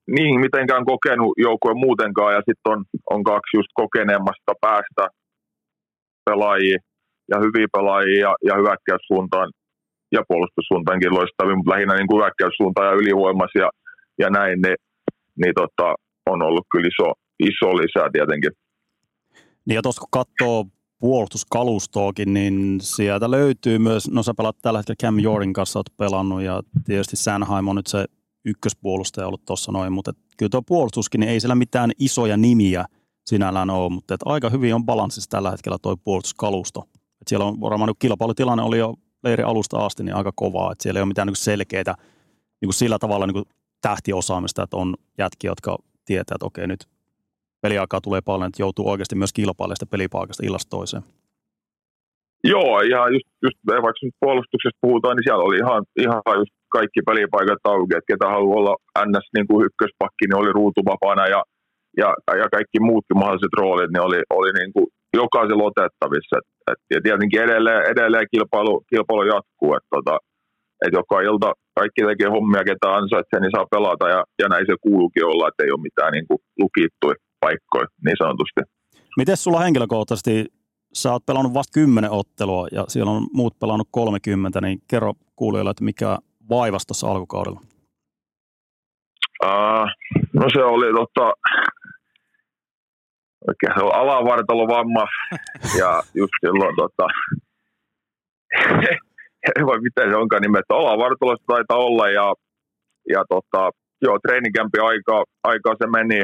niin mitenkään kokenut joukkue muutenkaan, ja sitten on, on kaksi just kokeneemmasta päästä pelaajia, ja hyviä pelaajia, ja, ja hyökkäyssuuntaan, ja puolustussuuntaankin loistavia, mutta lähinnä niin kuin hyökkäyssuuntaan ja ylivoimaisia, ja, ja näin, niin, niin tota, on ollut kyllä iso, iso lisää tietenkin. Niin ja tuossa kun katsoo puolustuskalustoakin, niin sieltä löytyy myös, no sä pelaat tällä hetkellä Cam Jordan kanssa, oot pelannut, ja tietysti Sanheim on nyt se ykköspuolustaja ollut tuossa noin, mutta kyllä tuo puolustuskin, niin ei siellä mitään isoja nimiä sinällään ole, mutta et aika hyvin on balanssissa tällä hetkellä tuo puolustuskalusto. Et siellä on varmaan niin kilpailutilanne oli jo leirin alusta asti niin aika kovaa, että siellä ei ole mitään niin selkeää niin sillä tavalla niin tähtiosaamista, että on jätkiä, jotka tietää, että okei nyt peliaikaa tulee paljon, että joutuu oikeasti myös kilpailemaan sitä pelipaikasta illasta toiseen. Joo, ihan just, just vaikka nyt puolustuksesta puhutaan, niin siellä oli ihan, ihan just kaikki pelipaikat auki, että ketä haluaa olla ns. Niin kuin ykköspakki, niin oli ruutuvapaana ja, ja, ja kaikki muutkin mahdolliset roolit, niin oli, oli niin kuin jokaisella otettavissa. Et, et, ja tietenkin edelleen, edelleen kilpailu, kilpailu jatkuu, että tota, et joka ilta kaikki tekee hommia, ketä ansaitsee, niin saa pelata ja, ja näin se kuuluukin olla, että ei ole mitään niin kuin lukittuja paikkoja niin sanotusti. Miten sulla henkilökohtaisesti, sä oot pelannut vasta kymmenen ottelua ja siellä on muut pelannut kolmekymmentä, niin kerro kuulijoille, että mikä vaivasi tuossa alkukaudella? Uh, no se oli tota, oikein se oli alavartalovamma ja just silloin tota, ei voi miten se onkaan nimettä, alavartalosta taitaa olla ja, ja tota, joo, treenikämpi aikaa, aikaa se meni,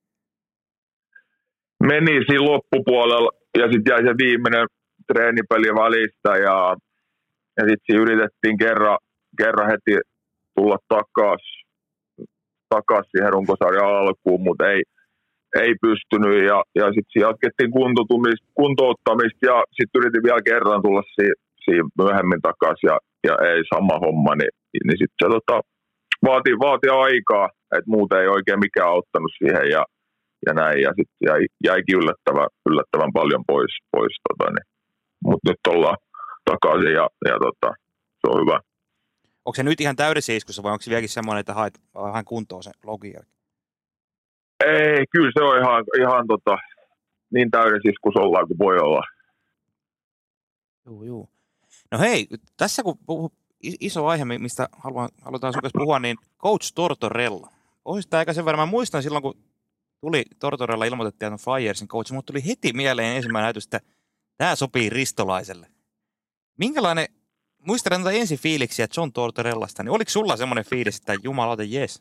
meni siinä loppupuolella ja sitten jäi se viimeinen treenipeli välistä ja, ja sitten yritettiin kerran, kerran heti tulla takaisin takas siihen runkosarjan alkuun, mutta ei, ei pystynyt ja, ja sitten jatkettiin kuntouttamista ja sitten yritin vielä kerran tulla siinä, siinä myöhemmin takaisin ja, ja ei sama homma, niin, niin sitten se tota, vaati, vaati aikaa, että muuten ei oikein mikään auttanut siihen ja, ja näin ja sitten jäi, jäikin yllättävän, yllättävän paljon pois, pois tota, niin. Mutta nyt ollaan takaisin ja, ja tota, se on hyvä. Onko se nyt ihan täydessä iskussa vai onko se vieläkin semmoinen, että haet vähän kuntoon se login? Ei, kyllä se on ihan, ihan tota, niin täydessä iskussa ollaan kuin voi olla. Joo, joo. No hei, tässä kun puhu, iso aihe, mistä haluan, halutaan sun kanssa puhua, niin Coach Tortorella. Pohjista eikä sen verran. Mä muistan silloin, kun tuli Tortorella ilmoitettiin, että on Flyersin coach, mutta tuli heti mieleen ensimmäinen ajatus, että tämä sopii Ristolaiselle. Minkälainen, muistan näitä ensi fiiliksiä John Tortorellasta, niin oliko sulla semmoinen fiilis, että jumalauta jes?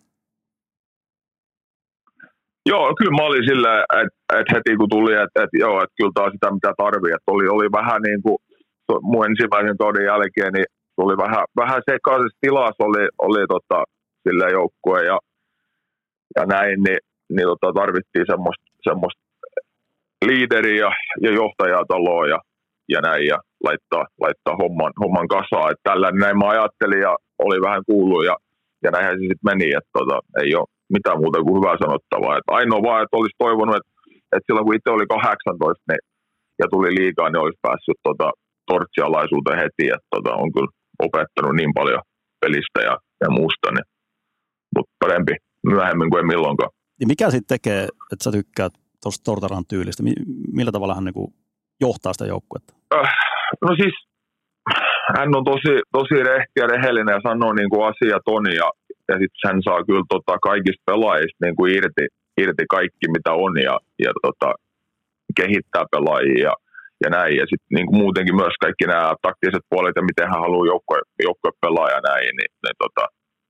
Joo, kyllä mä olin silleen, että et heti kun tuli, että et, joo, että kyllä tämä on sitä mitä tarvii. Että oli, oli vähän niin kuin mun ensimmäisen kauden jälkeen, niin oli vähän, vähän sekaisessa tilassa oli, oli tota, silleen joukkue ja, ja näin, niin, niin tota, tarvittiin semmoista, semmoista liideriä ja, ja johtajaa taloa ja, ja näin ja laittaa, laittaa homman, homman kasaan. Että tällä näin mä ajattelin ja oli vähän kuullut ja, ja näinhän se sitten meni, että tota, ei ole mitään muuta kuin hyvää sanottavaa. Et ainoa vaan, että olisi toivonut, että, että silloin kun itse oli kahdeksantoista niin, ja tuli liigaa, niin olisi päässyt tota, tortsialaisuuteen heti. Että tota, on kyllä opettanut niin paljon pelistä ja, ja muusta, niin, mutta parempi myöhemmin kuin ei milloinkaan. Ja mikä sitten tekee, että sä tykkäät tuosta Tortoran tyylistä? Millä tavalla hän niinku johtaa sitä joukkuetta? Äh, no siis hän on tosi, tosi rehti ja rehellinen ja sanoo niin kuin asiat on ja, ja sitten hän saa kyllä tota, kaikista pelaajista niin kuin irti, irti kaikki mitä on ja, ja tota, kehittää pelaajia ja, ja näin. Ja sitten niin kuin muutenkin myös kaikki nämä taktiset puolet ja miten hän haluaa joukkue, joukkue pelaa ja näin, niin, niin, tota,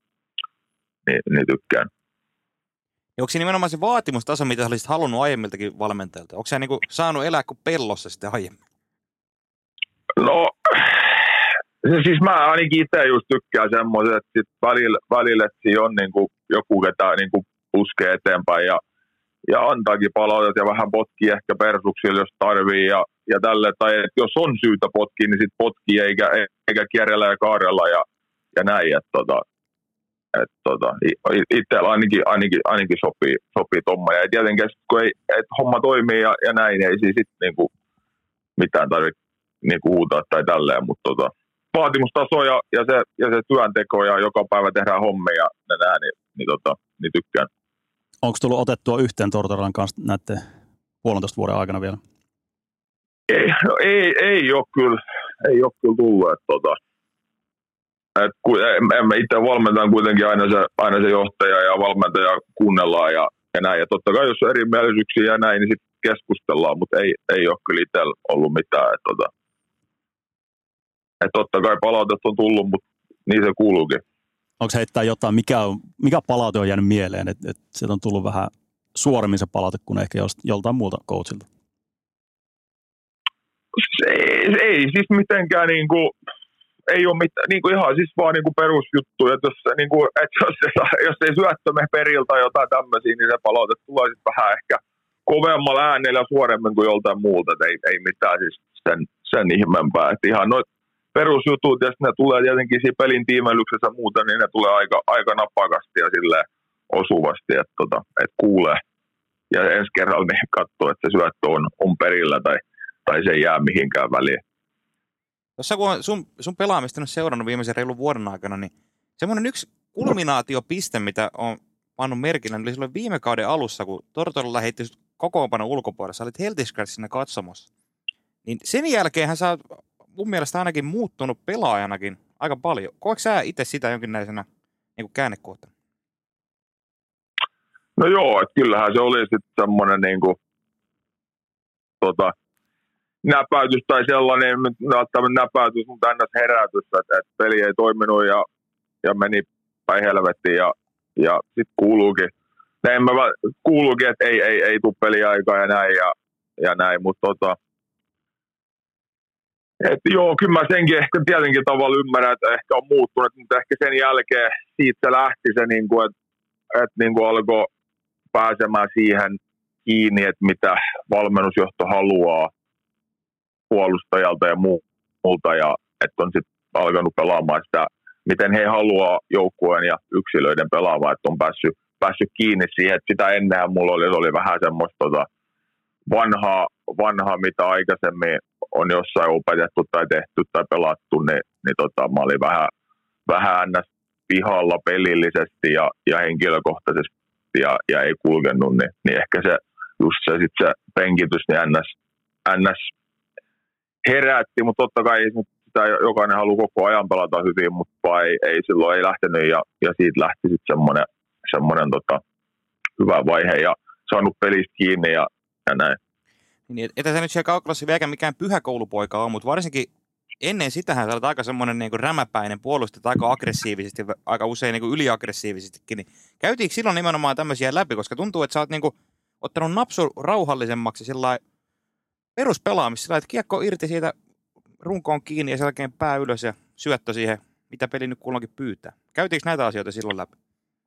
niin, niin tykkään. Ja onko se nimenomaan se vaatimustaso, mitä sä olisit halunnut aiemmiltakin valmentajilta? Onko sä niinku saanut elää kuin pellossa sitten aiemmin? No, siis mä ainakin itse just tykkään semmoiset, että sit välillä, välillä että siinä on niinku joku, ketä niinku puskee eteenpäin ja, ja antaakin palautet ja vähän potkii ehkä persuksilla, jos tarvii ja, ja tälle. Tai jos on syytä potkia, niin sit potkii eikä, eikä kierrellä ja kaarella ja, ja näin. Että tota, et tota, itsellä ainakin, ainakin, ainakin sopii, sopii tommoinen. Ja tietenkin, kun ei, et homma toimii ja, ja näin, ei siis sit niinku mitään tarvitse niinku huutaa tai tälleen, mutta tota, vaatimustaso ja, ja, se, ja se työnteko ja joka päivä tehdään hommia ja nää, niin, niin, tota, niin tykkään. Onko tullut otettua yhteen Tortorelan kanssa näiden puolentoista vuoden aikana vielä? Ei, no ei, ei ole kyllä, ei ole kyllä tullut. Että, tota, et, kun, emme itse valmentajan kuitenkin aina se, aina se johtaja ja valmentaja kuunnellaan ja, ja näin. Ja totta kai jos on erimielisyyksiä ja näin, niin sitten keskustellaan, mutta ei, ei ole kyllä itsellä ollut mitään. Että, tota, et totta kai palautetta on tullut, mutta niin se kuuluukin. Onko heittää jotain, mikä, on, mikä palaute on jäänyt mieleen, että et sieltä on tullut vähän suoremmin se palaute kuin ehkä joltain muuta coachilta? Ei, ei siis mitenkään niinku, ei ole mitään, niinku ihan siis vaan niinku perusjuttu, että jos, niinku, et jos, jos ei syöttö me periltä jotain tämmöisiä, niin se palaute tulee sitten vähän ehkä kovemmalla äänellä ja suoremmin kuin joltain muulta, että ei, ei mitään siis sen, sen ihmeempää, että ihan noit perusjutut, ja ne tulee tietenkin siinä pelin tiimelyksessä ja muuta, niin ne tulee aika, aika napakasti ja silleen osuvasti, että, tota, että kuulee. Ja ensi kerralla niin katsoo, että se syöttö on, on perillä tai, tai se ei jää mihinkään väliin. Tuossa kun on sun, sun pelaamista on seurannut viimeisen reilun vuoden aikana, niin semmoinen yksi kulminaatiopiste, mitä on pannut merkillä, oli silloin viime kauden alussa, kun Tortorella heitti kokoonpanon ulkopuolella, sä olit Healthy Scratch siinä katsomossa. Niin sen jälkeen sä oot mun mielestä ainakin muuttunut pelaajanakin aika paljon. Koetko sä itse sitä jonkinnäisenä niin käännekohtana? No joo, että kyllähän se oli sitten semmoinen niin kuin, tota, näpäytys tai sellainen, välttämättä näpäytys, mutta ennäs herätys, että, että peli ei toiminut ja, ja meni päin helvettiin ja, ja sitten kuuluukin. Näin mä kuuluukin, että ei, ei, ei tule peliaikaa ja näin ja, ja näin, mutta tota, et joo, kyllä mä senkin ehkä tietenkin tavalla ymmärrän, että ehkä on muuttunut, mutta ehkä sen jälkeen siitä se lähti se, niin kuin, että, että niin kuin alkoi pääsemään siihen kiinni, että mitä valmennusjohto haluaa puolustajalta ja muulta, ja että on sitten alkanut pelaamaan sitä, miten he haluaa joukkueen ja yksilöiden pelaamaan, että on päässyt, päässyt kiinni siihen, että sitä ennenhän mulla oli, oli vähän semmoista tota, vanhaa, vanhaa, mitä aikaisemmin on jossain opetettu tai tehty tai pelattu, niin, niin tota, mä olin vähän, vähän ns. Pihalla pelillisesti ja, ja henkilökohtaisesti ja, ja ei kulkenut, niin, niin ehkä se just se, sit se penkitys niin ns, ns herätti, mutta totta kai sitä jokainen haluaa koko ajan pelata hyvin, mutta ei, ei silloin ei lähtenyt ja, ja siitä lähti sitten semmoinen, semmoinen tota, hyvä vaihe ja saanut pelistä kiinni ja, ja näin. Niin, etä sä nyt siellä Kaukolassa vieläkään mikään pyhä koulupoika on, mutta varsinkin ennen sitähän sä olet aika semmoinen niin kuin rämäpäinen, puolustat aika aggressiivisesti, aika usein niin kuin yliaggressiivisestikin. Niin käytiinkö silloin nimenomaan tämmöisiä läpi, koska tuntuu, että sä oot niin kuin ottanut napsu rauhallisemmaksi sillä peruspelaamista, sillä että kiekko irti siitä runkoon kiinni ja sen jälkeen pää ylös ja syöttö siihen, mitä peli nyt kulloinkin pyytää. Käytiinkö näitä asioita silloin läpi?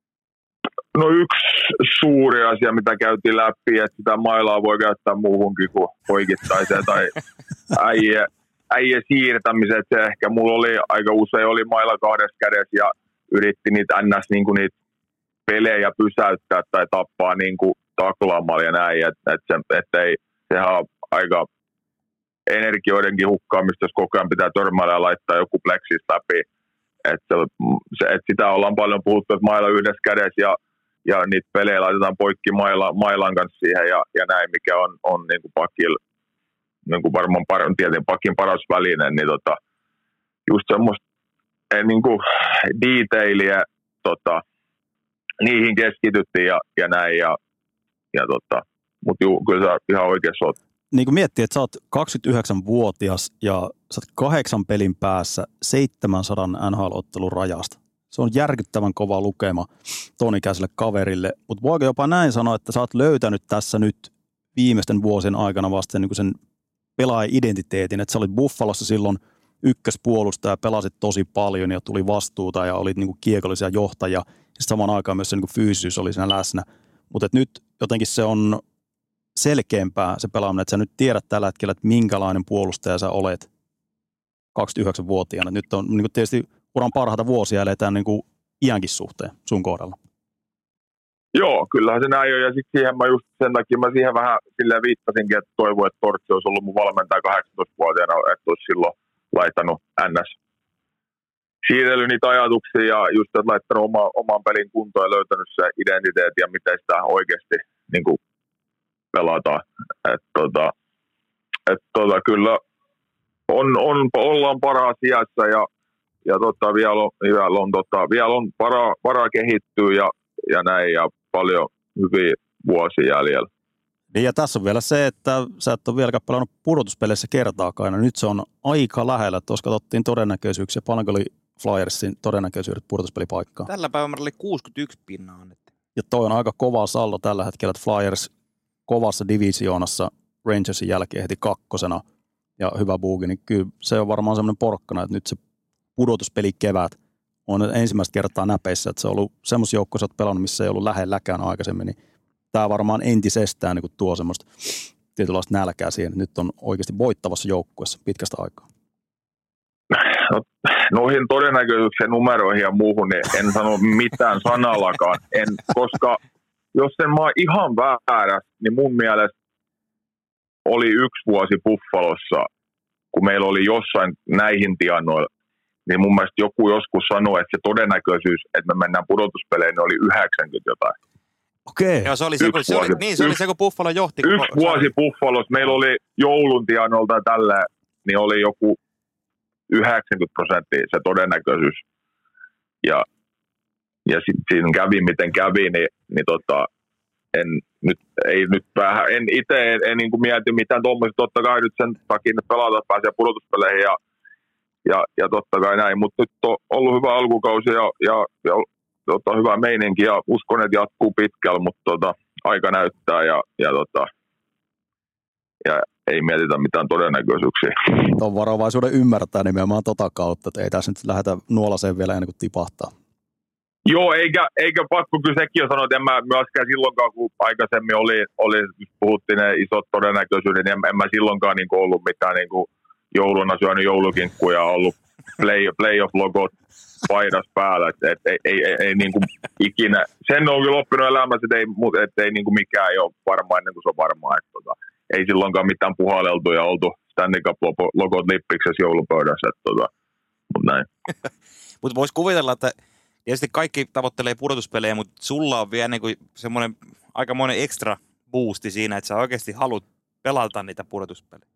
No yksi suuri asia, mitä käytiin läpi, että sitä mailaa voi käyttää muuhunkin kuin poikittaiseen tai äijä, äijä siirtämiseen. Se ehkä mulla oli aika usein oli maila kahdessa kädessä ja yritti niitä ns. Niin kuin niitä pelejä pysäyttää tai tappaa niin kuin taklaamalla ja näin. Että et se, et ei, sehän on aika energioidenkin hukkaamista, jos koko ajan pitää törmäillä ja laittaa joku pleksis läpi. Että se, et sitä ollaan paljon puhuttu, että maila yhdessä kädessä ja ja niitä pelejä laitetaan poikki maila, mailan kanssa siihen ja, ja näin, mikä on, on niin kuin pakil, niin kuin varmaan par, tietenkin pakin paras väline, niin tota, just semmoista niin kuin detailia, tota, niihin keskityttiin ja, ja näin, ja, ja tota, mutta juu, kyllä sä ihan oikeassa oot. Niin kuin miettii, että sä oot kaksikymmentäyhdeksänvuotias ja sä oot kahdeksan pelin päässä seitsemänsadan N H L-ottelun rajasta. Se on järkyttävän kova lukema ton ikäiselle kaverille, mutta voiko jopa näin sanoa, että sä oot löytänyt tässä nyt viimeisten vuosien aikana vasta niin sen pelaaja-identiteetin, että sä olit Buffalossa silloin ykköspuolustaja, pelasit tosi paljon ja tuli vastuuta ja olit niin kuin kiekollisia johtajia ja samaan aikaan myös se niin kuin fyysisyys oli siinä läsnä, mutta nyt jotenkin se on selkeämpää se pelaaminen, että sä nyt tiedät tällä hetkellä, että minkälainen puolustaja sä olet kaksikymmentäyhdeksänvuotiaana. Nyt on niin kuin tietysti uran parhaita vuosia eletään niin kuin iänkin suhteen sun kohdalla. Joo, kyllähän se näin on. Ja sitten siihen mä just sen takia mä siihen vähän silleen viittasinkin, että toivon, että Tortsi olisi ollut mun valmentaja kahdeksantoistavuotiaana, että olisi silloin laittanut N S siirrellyt niitä ajatuksia ja just että laittanut oma, oman pelin kuntoon ja löytänyt se identiteetti ja miten sitä oikeasti niin kuin pelataan. Et, tota, et, tota, kyllä on, on, ollaan parhaassa iässä ja, ja tota, vielä on, vielä on, tota, vielä on varaa, varaa kehittyä ja, ja näin ja paljon hyviä vuosia jäljellä. Niin ja tässä on vielä se, että sä et ole vieläkään pelannut pudotuspeleissä kertaakaan. Nyt se on aika lähellä. Tuossa katsottiin todennäköisyyksiä. Paljonko oli Flyersin todennäköisyydet pudotuspelipaikkaan? Tällä päivällä oli kuusikymmentäyksi pinnaa annettiin. Ja toi on aika kova saldo tällä hetkellä, että Flyers kovassa divisioonassa Rangersin jälkeen heti kakkosena ja hyvä buugi, niin kyllä se on varmaan semmoinen porkkana, että nyt se pudotuspeli kevät on ensimmäistä kertaa näpeissä, että se on ollut semmoisia joukkoja, sä oot pelannut, missä ei ollut lähelläkään aikaisemmin, niin tämä varmaan entisestään niin tuo semmoista tietynlaista nälkää siihen, että nyt on oikeasti voittavassa joukkueessa pitkästä aikaa. No, noihin todennäköisyyksien numeroihin ja muuhun niin en sano mitään sanallakaan, en, koska jos en mä oon ihan väärä, niin mun mielestä oli yksi vuosi Buffalossa, kun meillä oli jossain näihin tienoilla, niin mun mielestä joku joskus sanoi, että se todennäköisyys, että me mennään pudotuspeleihin, niin oli yhdeksänkymmentä jotain. Okei. Joo, se oli se, kun, se, oli, niin, se, oli se, kun Buffalo johti. Yksi kun, vuosi Buffalossa, meillä oli joulun tienoilta ja tällä, niin oli joku yhdeksänkymmentä prosenttia se todennäköisyys. Ja, ja sitten siinä kävi, miten kävi, niin, niin tota, en nyt, ei nyt vähän, en itse en, en niin kuin mieti mitään tuommoista, totta kai nyt sen takia ne pelata pääsee pudotuspeleihin ja, ja, ja totta kai näin, mutta nyt on ollut hyvä alkukausi ja, ja, ja tota, hyvä meininki ja uskon, että jatkuu pitkällä, mutta tota, aika näyttää ja, ja, tota, ja ei mietitä mitään todennäköisyyksiä. Tuon varovaisuuden ymmärtää nimenomaan tota kautta, että ei tässä nyt lähdetä nuolaseen vielä ennen kuin tipahtaa. Joo, eikä, eikä pakko kyllä sekin sanoa, että en mä myöskään silloinkaan, kun aikaisemmin oli, oli puhuttiin ne isot todennäköisyydet, niin en, en mä silloinkaan niin kuin ollut mitään niin kuin jouluna syönyt joulukinkkuja ja ollut play, playoff-logot paidas päällä, että et, ei, ei, ei, ei niin kuin ikinä, sen on kyllä oppinut elämässä, että ei, et ei niin kuin mikään ei ole varmaa ennen kuin se on varmaa, että tota, ei silloinkaan mitään puhalleltu ja oltu Stanley Cup-logot lippiksessä joulupöydässä, että tota, mutta näin. Mutta voisi kuvitella, että tietysti kaikki tavoittelee pudotuspelejä, mutta sulla on vielä niinku semmoinen aikamoinen ekstra boosti siinä, että sä oikeasti haluat pelata niitä pudotuspelejä.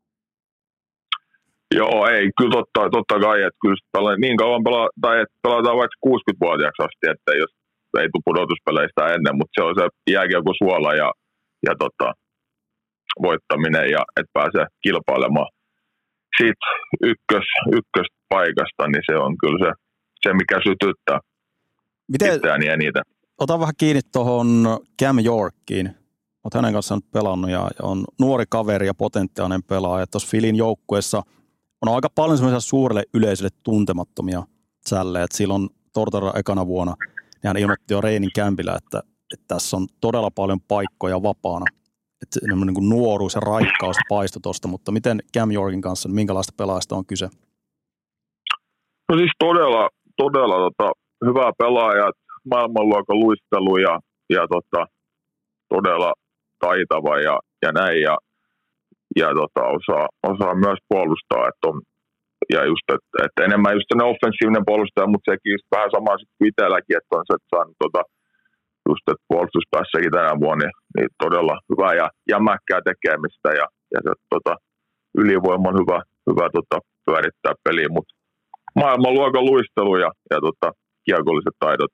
Joo, ei, kyllä totta, totta kai, että kyllä niin kauan pela, tai että pelataan vaikka kuusikymmentävuotiaaksi asti, että jos ei tule pudotuspeleistä ennen, mutta se on se jääkiekko suola ja, ja tota, voittaminen ja että pääsee kilpailemaan siitä ykkös, ykköspaikasta, niin se on kyllä se, se mikä sytyttää. Miten, ja niitä. Otan vähän kiinni tuohon Cam Yorkiin. Olet hänen kanssaan nyt pelannut ja on nuori kaveri ja potentiaalinen pelaaja. Tuossa Philin joukkueessa on aika paljon semmoisia suurelle yleisölle tuntemattomia sällejä. Et silloin Tortora ekana vuonna niin hän ilmoitti jo Reinin kämpillä, että, että tässä on todella paljon paikkoja vapaana. Että niin kuin nuoruus ja raikkaus paistoi tuosta, mutta miten Cam Yorkin kanssa, niin minkälaista pelaajasta on kyse? No siis todella, todella tota, hyvä pelaaja, maailmanluokan luistelu ja, ja tota, todella taitava ja, ja näin ja, ja tota, osaa, osaa myös puolustaa, että on, ja just, että, että enemmän just sellainen offensiivinen puolustaja, mutta sekin just vähän sama sitten kuin itselläkin, että on se, että saanut tota, just, että puolustuspäässäkin tänä vuonna, niin, niin todella hyvää ja jämäkkää tekemistä ja, ja se tota, ylivoima on hyvä, hyvä tota, pyörittää peliä, mutta maailmanluokan luistelu ja, ja tota, kiekolliset taidot.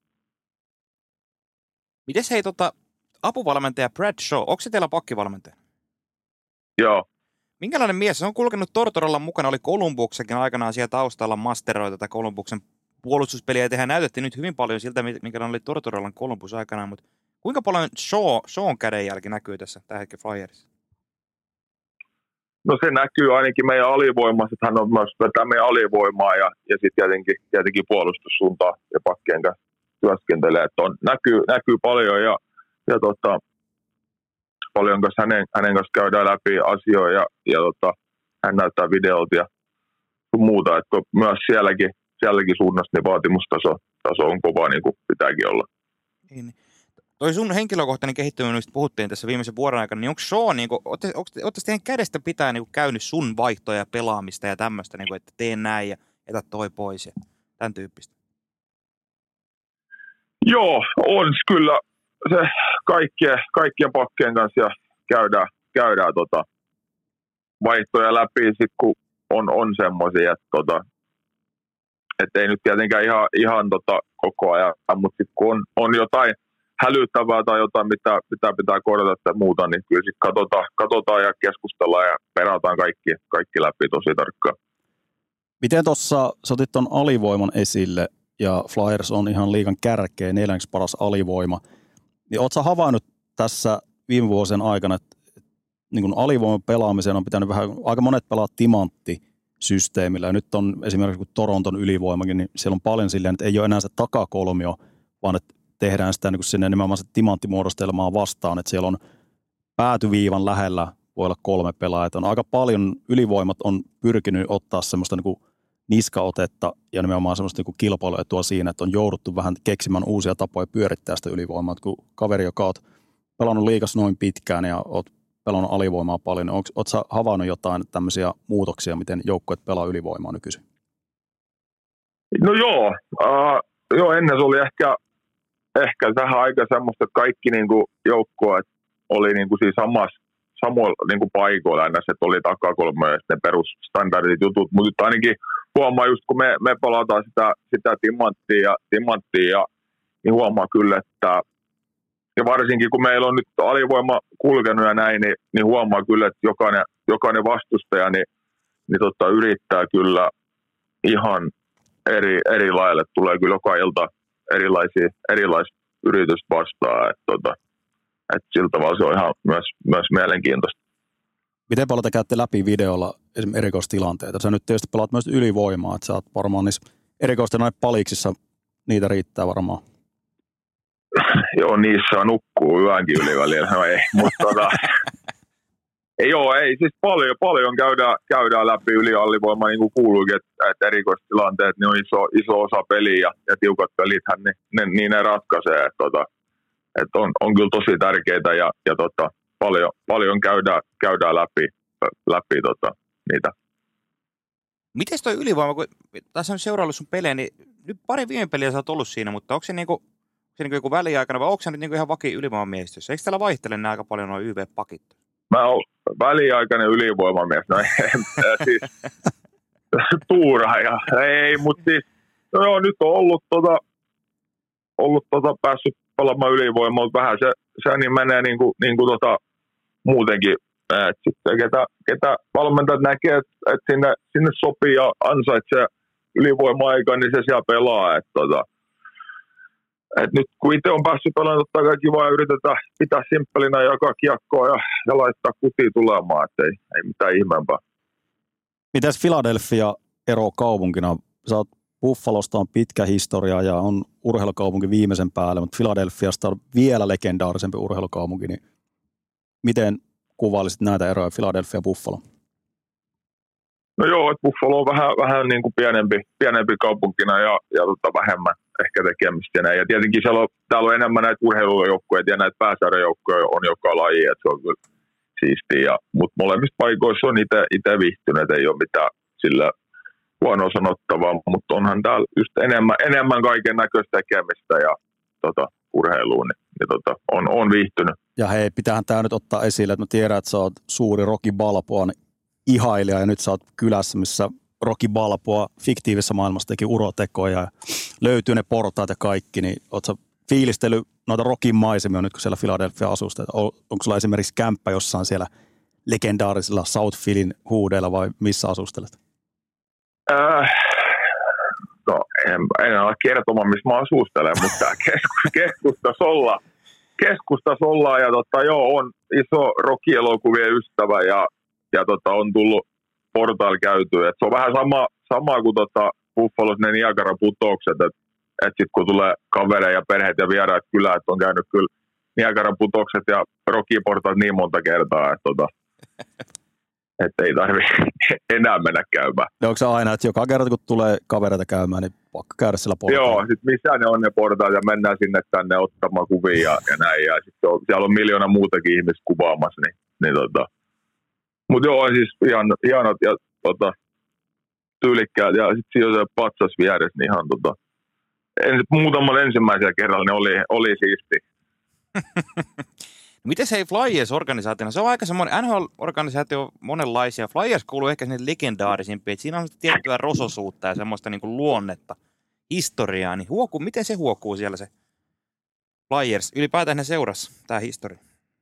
Mites hei tota, apuvalmentaja Brad Shaw, onko se teillä pakkivalmentaja? Joo. Minkälainen mies? Se on kulkenut Tortorella mukana, oli Columbuksenkin aikanaan siellä taustalla masteroita tätä Columbuksen puolustuspeliä, ja tehän näytettiin nyt hyvin paljon siltä, minkälainen oli Tortorellan Columbus aikanaan, mutta kuinka paljon Shaw, Shawn kädenjälki näkyy tässä tähän hetken Flyerissa? No se näkyy ainakin meidän alivoimassa, että hän on myös vetää meidän alivoimaa ja, ja sitten tietenkin, tietenkin puolustussuuntaa ja pakkien kanssa työskentelee, että on, näkyy, näkyy paljon ja, ja tota, paljon kanssa hänen, hänen kanssa käydään läpi asioita ja, ja tota, hän näyttää videolta ja muuta, että myös sielläkin, sielläkin suunnassa niin vaatimustaso taso on kova niin kuin pitääkin olla. Niin. Toi sun henkilökohtainen kehittyminen, mistä puhuttiin tässä viimeisen vuoden aikana, niin onko Shaw, niin ootte teidän kädestä pitää niin käynyt sun vaihtoja ja pelaamista ja tämmöistä, niin kuin, että teen näin ja jätä toi pois? Ja tämän tyyppistä? Joo, on kyllä se kaikkien, kaikkien pakkien kanssa ja käydään, käydään tota vaihtoja läpi, sit kun on, on semmoisia, että tota, et ei nyt tietenkään ihan, ihan tota koko ajan, mutta sitten kun on, on jotain hälyttävää tai jotain, mitä, mitä pitää korjata tai muuta, niin kyllä sitten katsotaan, katsotaan ja keskustellaan ja perataan kaikki, kaikki läpi tosi tarkkaan. Miten tuossa, sä otit ton alivoiman esille, ja Flyers on ihan liigan kärkeä, neljänneksi paras alivoima, niin ootko sä havainnut tässä viime vuosien aikana, että niin kun alivoiman pelaamiseen on pitänyt vähän, aika monet pelaa timanttisysteemillä, ja nyt on esimerkiksi kun Toronton ylivoimakin, niin siellä on paljon silleen, että ei ole enää se takakolmio, vaan että tehdään sitä niin kuin sinne nimenomaan se timanttimuodostelmaa vastaan, että siellä on päätyviivan lähellä voi olla kolme pelaajaa. On aika paljon ylivoimat on pyrkinyt ottaa semmoista niin kuin niskaotetta ja nimenomaan semmoista niin kuin kilpailuetua siinä, että on jouduttu vähän keksimään uusia tapoja pyörittää sitä ylivoimaa. Että kun kaveri, joka oot pelannut liigassa noin pitkään ja oot pelannut alivoimaa paljon, niin ootko sä havainnut jotain tämmöisiä muutoksia, miten joukkueet pelaa ylivoimaa nykyisin? No joo, uh, joo ennen se oli ehkä Ehkä tähän aika semmoista, että kaikki niinku joukkueet oli niinku siinä samassa, samoilla niinku paikoilla aina, että oli takakolme ja sitten perusstandardit jutut, mutta nyt ainakin huomaa just kun me, me palataan sitä, sitä timanttia, ja, timanttia ja, niin huomaa kyllä, että ja varsinkin kun meillä on nyt alivoima kulkenut ja näin, niin, niin huomaa kyllä, että jokainen, jokainen vastustaja niin, niin tota, yrittää kyllä ihan eri, eri lailla, tulee kyllä joka ilta erilaisia, erilaisia yritystä vastaan, että tota, et sillä tavalla se on ihan myös, myös mielenkiintoista. Miten paljon te käytte läpi videolla esimerkiksi erikoistilanteita? Sä nyt tietysti pelaat myös ylivoimaa, että sä oot varmaan niissä erikoistilanteissa paliksissa, niitä riittää varmaan. Joo, niissä nukkuu yönkin yli välillä, no ei, mutta tota, ei joo, ei, siis paljon, paljon käydään, käydään läpi yli alivoimaa, niin kuin kuuluukin, että, että erikoistilanteet niin on iso, iso osa peliä ja, ja tiukat pelithän, niin ne, niin ne ratkaisee, että, tota, että on, on kyllä tosi tärkeitä ja, ja tota, paljon, paljon käydään, käydään läpi, läpi tota, niitä. Miten toi ylivoima, kun tässä on seuraillut sun pelejä, niin nyt pari viime peliä sä oot ollut siinä, mutta onko se, niinku, se niinku joku väliaikana vai onko se nyt niinku ihan vaki ylivoimamiehistössä? Eikö täällä vaihtele nämä aika paljon nuo Y V-pakit? Mä oon väliaikainen ylivoimamies, no ei, siis tuura ja ei, mutta siis, no joo, nyt on ollut tota, ollut tota, päässyt pelaamaan ylivoimaa, mutta vähän se, se niin menee niin kuin, niin kuin tota, muutenkin, että sitten ketä, ketä valmentajat näkee, että, että sinne, sinne sopii ja ansaitsee ylivoima-aikaa, niin se siellä pelaa, että tota, et nyt kun itse on päässyt pelaamaan, totta kai kiva ja yritetään pitää simppelinä ja jakaa kiekkoa ja, ja laittaa kutiin tulemaan, että ei, ei mitään ihmeempää. Mites Philadelphia ero kaupunkina? Sä oot Buffalosta on pitkä historia ja on urheilukaupunki viimeisen päälle, mutta Philadelphiasta on vielä legendaarisempi urheilukaupunki, niin miten kuvailisit näitä eroja Philadelphia ja Buffalo? No joo, että Buffalo on vähän, vähän niin kuin pienempi, pienempi kaupunkina ja, ja tota vähemmän ehkä tekemistä. Ja tietenkin siellä on, täällä on enemmän näitä urheilujoukkoja ja näitä pääsarjajoukkoja on joka laji, että se on kyllä siistiä. Mutta molemmissa paikoissa on itse viihtynyt, ei ole mitään sillä huonoa sanottavaa, mutta onhan täällä just enemmän, enemmän kaiken näköistä tekemistä ja tota, urheiluun, niin, niin tota, on, on viihtynyt. Ja hei, pitäähän tämä nyt ottaa esille, että mä tiedän, että sä oot suuri Rocky Balboan ihailija ja nyt sä oot kylässä, missä Rocky Balboa fiktiivisessä maailmassa teki urotekoja ja löytyy ne portaat ja kaikki, niin oot sä fiilistellyt noita Rockin maisemia nyt, kun siellä Philadelphia asusta? Onko sulla esimerkiksi kämppä jossain siellä legendaarisilla South Philin huudeilla vai missä asustelet? Äh, no en, en ole kertomaan, missä mä asustelen, mutta keskus, keskustas ollaan. Keskustas ollaan ja tota, joo, on iso Rocky-elokuvien ystävä ja, ja tota, on tullut portailla käytyä. Et se on vähän sama, sama kuin tota Buffalossa ne Niagara-putoukset, että et sitten kun tulee kavereja ja perheet ja vieraat kylään, että on käynyt kyllä Niagara-putoukset ja Rocky-portaat niin monta kertaa, että tota, et ei tarvitse enää mennä käymään. Ja onko se aina, että joka kerta kun tulee kavereita käymään, niin pakko käydä siellä portailla? Joo, sitten missä ne on ne portaat ja mennään sinne tänne ottamaan kuvia ja, ja näin. Ja sitten siellä on miljoona muutakin ihmistä kuvaamassa, niin, niin tota. Mutta joo, siis ihan, hienot ja tota, tyylikkäät ja sitten siinä on se patsas vieressä, niin ihan tota, en, muutamalla ensimmäisellä kerralla ne oli, oli siisti. Miten se ei Flyers-organisaationa? Se on aika semmoinen, N H L-organisaatio on monenlaisia. Flyers kuuluu ehkä sinne legendaarisimpiin, että siinä on tiettyä rososuutta ja semmoista niin kuin luonnetta, historiaa. Niin huokuu, miten se huokuu siellä se Flyers? Ylipäätään ne seurasi, tämä historia.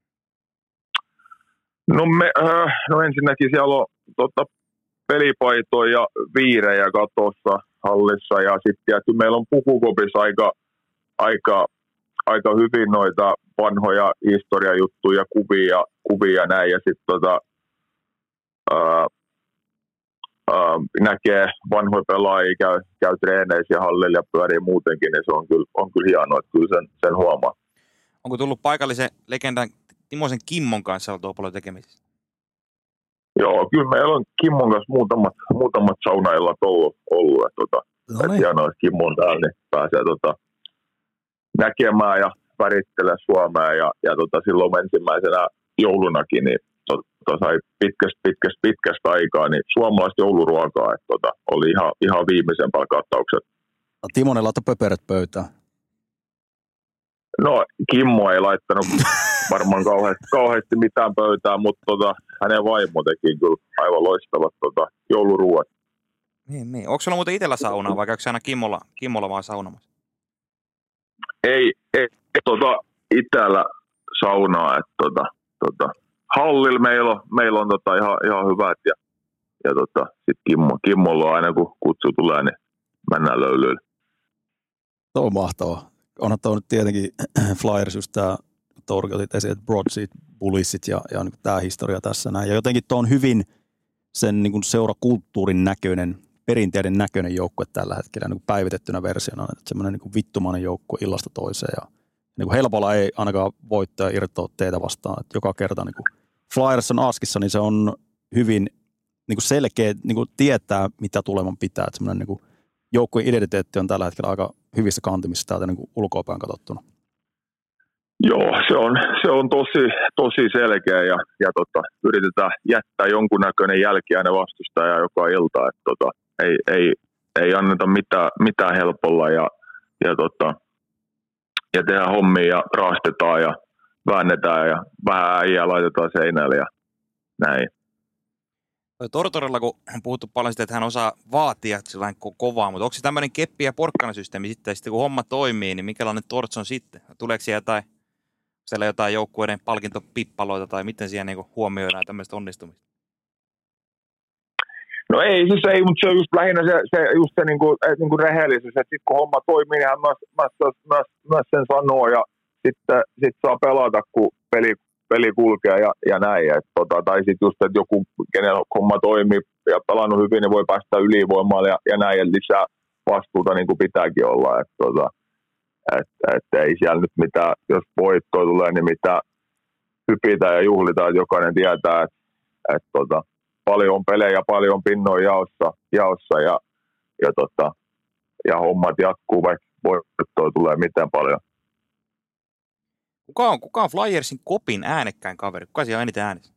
No, me, äh, no ensinnäkin siellä on tota, pelipaitoja ja viirejä katossa hallissa ja sitten meillä on pukukopissa aika, aika, aika hyvin noita vanhoja historiajuttuja, kuvia, kuvia näin ja sitten tota, äh, äh, näkee vanhoja pelaajia, käy, käy treeneissä ja hallilla ja pyörii muutenkin, niin se on kyllä, on kyllä hienoa, että kyllä sen, sen huomaa. Onko tullut paikallisen legendan Timosen Kimmon kanssa oltua paljon tekemisissä? Joo, kyllä meillä on Kimmon kanssa muutamat, muutamat saunaillat ollut. ollut että tota, no niin. Hienoa, että Kimmo on täällä, niin pääsee tota, näkemään ja värittelemään Suomea. Ja, ja tota, silloin ensimmäisenä joulunakin niin, tota, sai pitkästä, pitkästä, pitkästä aikaa niin suomalaista jouluruokaa. Että, tota, oli ihan, ihan viimeisen palkattaukset. No, Timonen laittoi pöperät pöytään. No, Kimmo ei laittanut varmaan kauheasti, kauheasti mitään pöytään, mutta tota, hänen vaimo teki kyllä aivan loistavat tota, jouluruuat. Niin, niin. Onko sulla muuten itsellä saunaa vai käykö aina Kimmolla, Kimmolla vaan saunamassa? Ei, ei tota, itsellä saunaa. Et, tota, tota, hallilla meillä on, meillä on tota, ihan, ihan hyvät ja, ja tota, sitten Kimmo, Kimmolla aina kun kutsu tulee, niin mennään löylyille. Se on mahtavaa. Onhan tuo nyt tietenkin Flyers just tämä, Torki otit esiin, että Broadseat, Bullissit ja, ja niin tämä historia tässä näin. Ja jotenkin tuo on hyvin sen niin kuin seurakulttuurin näköinen, perinteiden näköinen joukkue tällä hetkellä niin kuin päivitettynä versiona. Että semmoinen niin kuin vittumainen joukkue illasta toiseen. Ja niin kuin helpolla ei ainakaan voittaa irtoa teitä vastaan. Että joka kerta niin kuin Flyers on askissa, niin se on hyvin niin kuin selkeä, niin kuin tietää mitä tuleman pitää. Että semmoinen niin kuin joukkueen identiteetti on tällä hetkellä aika hyvissä kantimissa täältä niin kuin ulkoapäin katsottuna. Joo, se on, se on tosi, tosi selkeä ja, ja tota, yritetään jättää jonkunnäköinen jälki aina vastustaja joka ilta. Et, tota, ei, ei, ei anneta mitään, mitään helpolla ja, ja, tota, ja tehdään hommia ja raastetaan ja väännetään ja vähän äijää laitetaan seinälle ja näin. Tortorella, kun on puhuttu paljon sitä, että hän osaa vaatia sellainen ko- kovaa, mutta onko se tämmöinen keppi- ja porkkanasysteemi sitten, sitten kun homma toimii, niin minkälainen Torts on sitten? Tuleeko siellä jotain, siellä jotain joukkueiden palkintopippaloita tai miten siellä niinku huomioidaan tämmöistä onnistumista? No ei, siis ei, mutta se on just lähinnä se, se, just se niinku, niinku rehellisyys, että sitten kun homma toimii, niin hän myös, myös, myös, myös sen sanoo ja sitten sit saa pelata, kun peli peli kulkee ja, ja näin. Et, tota, tai sitten just, että joku, kenen homma toimii ja pelannut hyvin, niin voi päästä ylivoimalle ja, ja näin, ja lisää vastuuta niin kuin pitääkin olla. Et, tota, et, et ei siellä nyt mitään, jos voittoa tulee, niin mitä hypitä ja juhlita, että jokainen tietää, että et, tota, paljon on pelejä, paljon on pinnoja jaossa, jaossa ja, ja, tota, ja hommat jatkuu, vaikka voittoa tulee miten paljon. Kuka on, kuka on Flyersin kopin äänekkäin kaveri? Kuka siellä on eniten äänessä?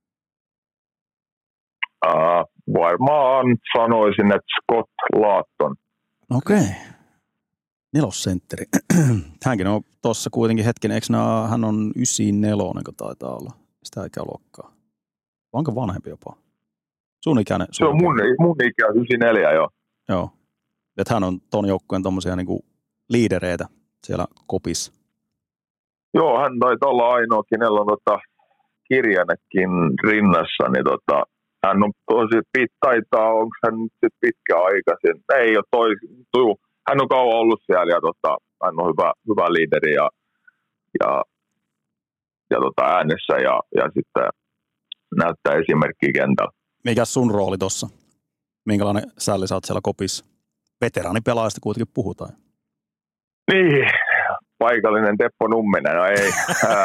Uh, varmaan sanoisin, että Scott Laatton. Okei. Okay. Nelosentteri. Hänkin on tuossa kuitenkin hetken, eikö nää, hän on yhdeksänkymmentäneljä, kun taitaa olla sitä ikäluokkaa. Onko vanhempi jopa? Sun ikäinen? Se on mun, mun ikä, yhdeksänkymmentäneljä, joo. Joo. Että hän on ton joukkueen tommosia niinku liidereitä siellä kopissa. Joo, hän taitaa olla ainoa, kenellä on tota, kirjannekin rinnassa, niin tota, hän on tosi pit, taitaa, onko hän nyt pitkä aikaisin? Ei ole toi, tuu, hän on kauan ollut siellä ja tota, hän on hyvä, hyvä liideri ja, ja, ja tota, äänessä ja, ja sitten näyttää esimerkkiä kentällä. Mikäs sun rooli tossa? Minkälainen sälli sä oot siellä kopissa? Veteraanipelaajista kuitenkin puhutaan. Niin, paikallinen Teppo Numminen, no ei.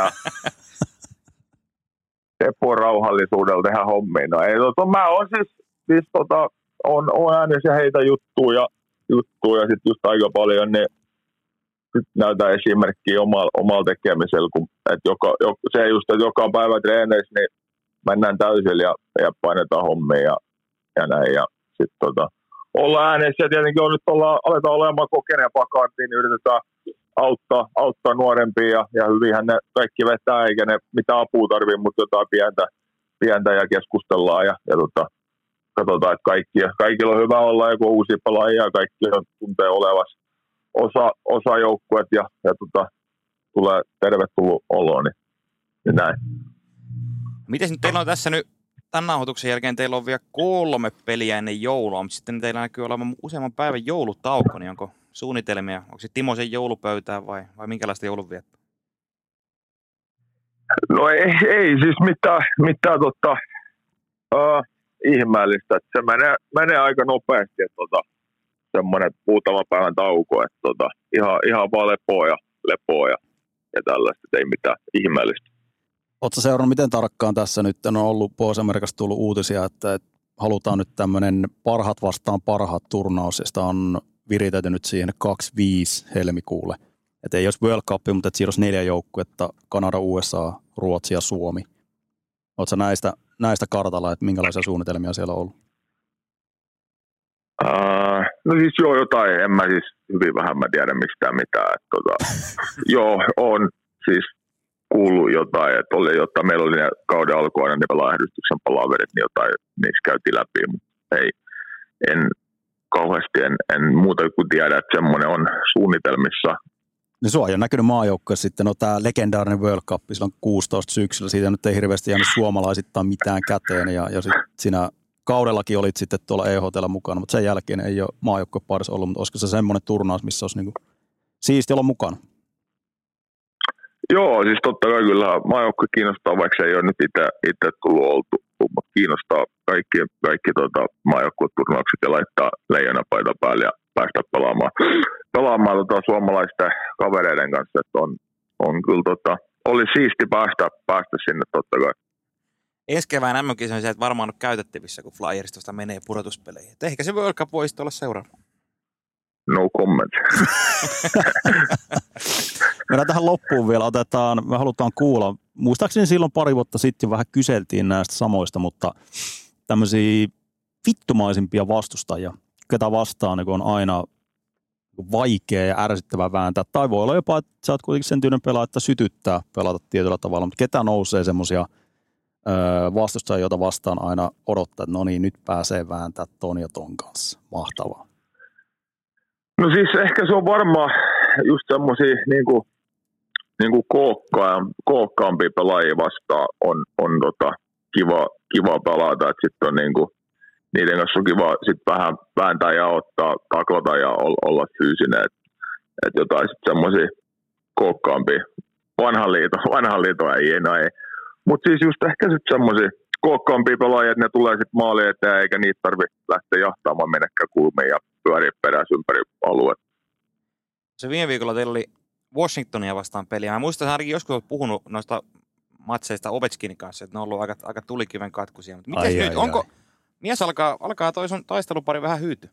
Teppo on rauhallisuudella tehdä hommia. No ei, tota, mä oon siis, siis tota, on, on äänessä heitä juttuja, ja, juttuja ja sit just aika paljon, niin sit näytän esimerkkiä omalla, omalla tekemisellä, kun et joka, joka, se just, että joka päivä treeneissä, niin mennään täysillä ja, ja painetaan hommia ja, ja näin. Ja sit tota, olla äänessä ja tietenkin on nyt olla, aletaan olemaan kokeneempaa karttiin, niin yritetään auttaa, auttaa nuorempia ja, ja hyvinhän ne kaikki vetää, eikä ne mitään apua tarvitse, mutta jotain pientä, pientä ja keskustellaan ja, ja tota, katsotaan, että kaikki, kaikilla on hyvä olla ja kun on uusia pelaajia ja kaikki on tuntee olevassa osa, osa joukkuet ja, ja tota, tulee tervetullut oloon, niin, niin näin. Miten nyt teillä on tässä nyt tämän nauhoituksen jälkeen teillä on vielä kolme peliä ennen joulua, mutta sitten teillä näkyy olevan useamman päivän joulutauko, niin onko suunnitelmia? Onko se Timosen joulupöytään vai, vai minkälaista joulunviettoa? No ei, ei siis mitään, mitään tota, uh, ihmeellistä. Että se menee, menee aika nopeasti, että tota, semmoinen muutaman päivän tauko, että tota, ihan, ihan vaan lepoa ja, lepoa ja, ja tällaista, että ei mitään ihmeellistä. Oletko seurannut miten tarkkaan tässä nyt on ollut Pohjois-Amerikasta tullut uutisia, että, että halutaan nyt tämmöinen parhaat vastaan parhaat turnaus, josta on viritetty nyt siihen kaksikymmentäviisi helmikuulle. Että ei olisi World Cup, mutta että siinä olisi neljä joukkuetta, Kanada, U S A, Ruotsi ja Suomi. Oletko näistä, näistä kartalla, että minkälaisia suunnitelmia siellä on ollut? Uh, no siis joo, jotain, en mä siis hyvin vähän mä tiedä mistään mitään. Että, tota, joo, on siis kuullut jotain, että oli jotain, meillä oli ne kauden alkuun aina ne pelaajahdistyksen palaverit, niin jotain niissä käytiin läpi, mutta ei, en kauheasti, en, en muuta kuin tiedä, että semmoinen on suunnitelmissa. Niin sua on näkynyt maajoukkueessa sitten, no tämä legendaarinen World Cup, silloin kuusitoista syksyllä, siitä nyt ei hirveästi jäänyt suomalaisittain mitään käteen, ja, ja sitten siinä kaudellakin olit sitten tuolla E H T:llä mukana, mutta sen jälkeen ei ole maajoukkueparissa ollut, mutta olisiko se semmoinen turnaus, missä olisi niinku siisti olla mukana? Joo, siis totta kai kyllä maajoukkue kiinnostaa, vaikka se ei ole nyt itse tullut oltu, mutta kiinnostaa kaikki, kaikki tota, maajoukkueturnaukset ja laittaa leijonapaita päälle ja päästä pelaamaan, pelaamaan tota, suomalaisten kavereiden kanssa, että on, on kyllä, tota, oli siisti päästä, päästä sinne totta kai. Ensi kevään M M-kisojen sieltä varmaan on käytettävissä, kun Flyeristosta menee pudotuspeleihin. Et ehkä se World Cup voisi olla seuraava. No comment. Mennään tähän loppuun vielä. Otetaan, me halutaan kuulla. Muistaakseni silloin pari vuotta sitten vähän kyseltiin näistä samoista, mutta tämmöisiä vittumaisimpia vastustajia, ketä vastaan niin on aina vaikea ja ärsyttävää vääntää. Tai voi olla jopa, että sä oot kuitenkin sen tyylinen pelaa, että sytyttää pelata tietyllä tavalla, mutta ketä nousee semmoisia vastustajia, joita vastaan aina odottaa, että no niin, nyt pääsee vääntää ton ja ton kanssa. Mahtavaa. No siis ehkä se on varmaan just semmoisia niinku, niinku kookkaa, kookkaampia pelaajia vastaan on, on tota, kiva, kiva pelata, että sitten on niinku, niiden kanssa on kiva sit vähän vääntää ja ottaa, taklata ja olla, olla fyysinen, että et jotain sitten semmoisia kookkaampia vanhan liiton, vanhan liiton ei enää ei. Mutta siis just ehkä sitten semmoisia kookkaampia pelaajia, että ne tulee sitten maaliin eteen, eikä niitä tarvitse lähteä jahtaamaan mennäkään kulmiin ja pyöriä perässä ympäri alueet. Se viime viikolla teillä oli Washingtonia vastaan peliä. Mä muistan, että ainakin joskus olet puhunut noista matseista Ovechkinin kanssa, että ne on ollut aika, aika tulikiven katkuisia. Mutta mites ai, nyt, ai, onko ai. mies alkaa, alkaa toi sun taistelupari vähän hyytyä?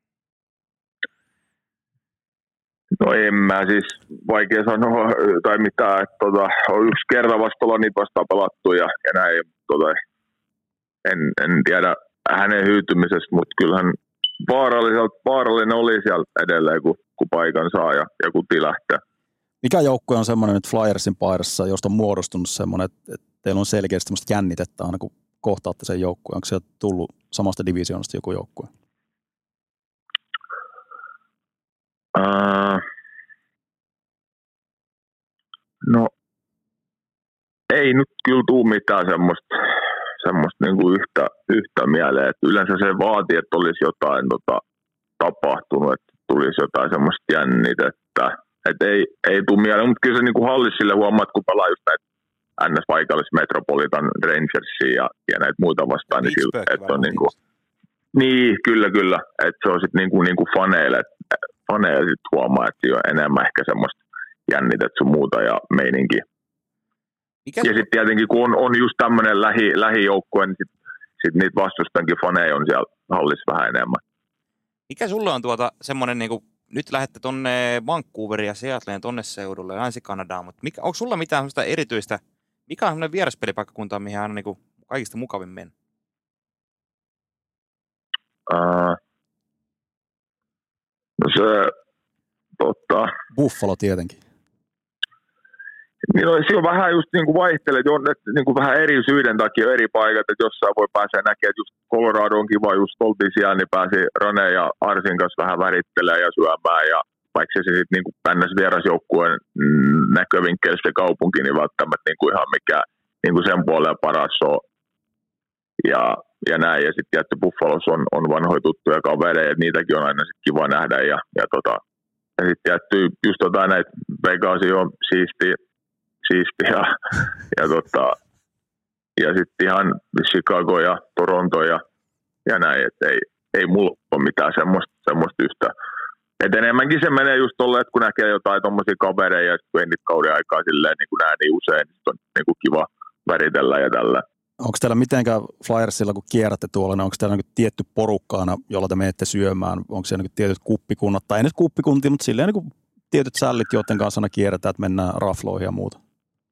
No en mä siis vaikea sanoa tai mitään, että tota, on yksi kerran vasta olla niitä vastaan pelattu ja, ja näin. Tota, en, en tiedä hänen hyytymisestä, mutta kyllähän vaarallinen oli siellä edelleen, kun, kun paikan saa ja, ja kun lähtee. Mikä joukkue on semmoinen nyt Flyersin paidassa, josta on muodostunut semmoinen, että, että teillä on selkeästi semmoista jännitettä aina, kun kohtaatte sen joukkueen? Onko sieltä tullut samasta divisioonasta joku joukkue? Uh, no, ei nyt kyllä tule mitään semmoista, semmoista niinku yhtä, yhtä mieleen. Et yleensä se vaatii, että olisi jotain tota, tapahtunut, että tulisi jotain semmoista jännitettä. Et ei, ei tule mieleen, mutta kyllä se niinku hallissa sille huomaa, että kun pelaa just näitä N S-paikallis Metropolitan Rangersia ja, ja näitä muita vastaan, niin, sillä, että on niinku, niin, kyllä, kyllä. Että se on sitten niinku, niinku faneille, faneille sit huomaa, että on enemmän ehkä semmoista jännitettä sun muuta ja meininki. Mikä ja sitten tietenkin, kun on, on just tämmöinen lähi, lähijoukkue, niin sitten sit niitä vastustankin faneja on siellä hallissa vähän enemmän. Mikä sulle on tuota semmoinen, niinku, nyt lähdette tonne Vancouverin ja Seattleen tonne seudulle, Länsi-Kanadaan, mutta mikä, onko sulla mitään semmoista erityistä, mikä on semmoinen vieraspelipaikkakunta, mihin on niinku kaikista mukavin mennä? Uh, No se, totta. Buffalo tietenkin. Niin no, se on vähän just niin kuin vaihtelee, että niin kuin vähän eri syiden takia eri paikat, että jossain voi pääsee näkemään, että just Colorado on kiva, just oltiin siellä, niin pääsi Rane ja Arsin kanssa vähän värittelemään ja syömään, ja vaikka se sitten niin kuin pännäs vierasjoukkueen näkövinkkelistä se kaupunki, niin välttämättä niin kuin ihan mikä niin kuin sen puolella paras on, ja, ja näin, ja sitten tietty Buffalos on, on vanhoja tuttuja kavereja, että niitäkin on aina sit kiva nähdä, ja, ja, tota, ja sitten tietty just tota näitä Vegasia on siistiä, siisti ja, ja, tota, ja sitten ihan Chicago ja Toronto ja, ja näin, että ei, ei mulla ole mitään semmoista, semmoista yhtä. Et enemmänkin se menee just tolleen, että kun näkee jotain tommosia kavereja, kun ei niitä kauden aikaa silleen niin kuin näe niin usein, niin on niin kuin kiva väritellä ja tällä. Onko teillä mitenkään Flyersilla, kun kierrätte tuolla, niin onko teillä niin tietty porukka aina, jolla te menette syömään? Onko siellä niin tietyt kuppikunnat, tai ei nyt kuppikuntia, mutta silleen niin tietyt sällit, joiden kanssa aina kierrätään, että mennään rafloihin ja muuta?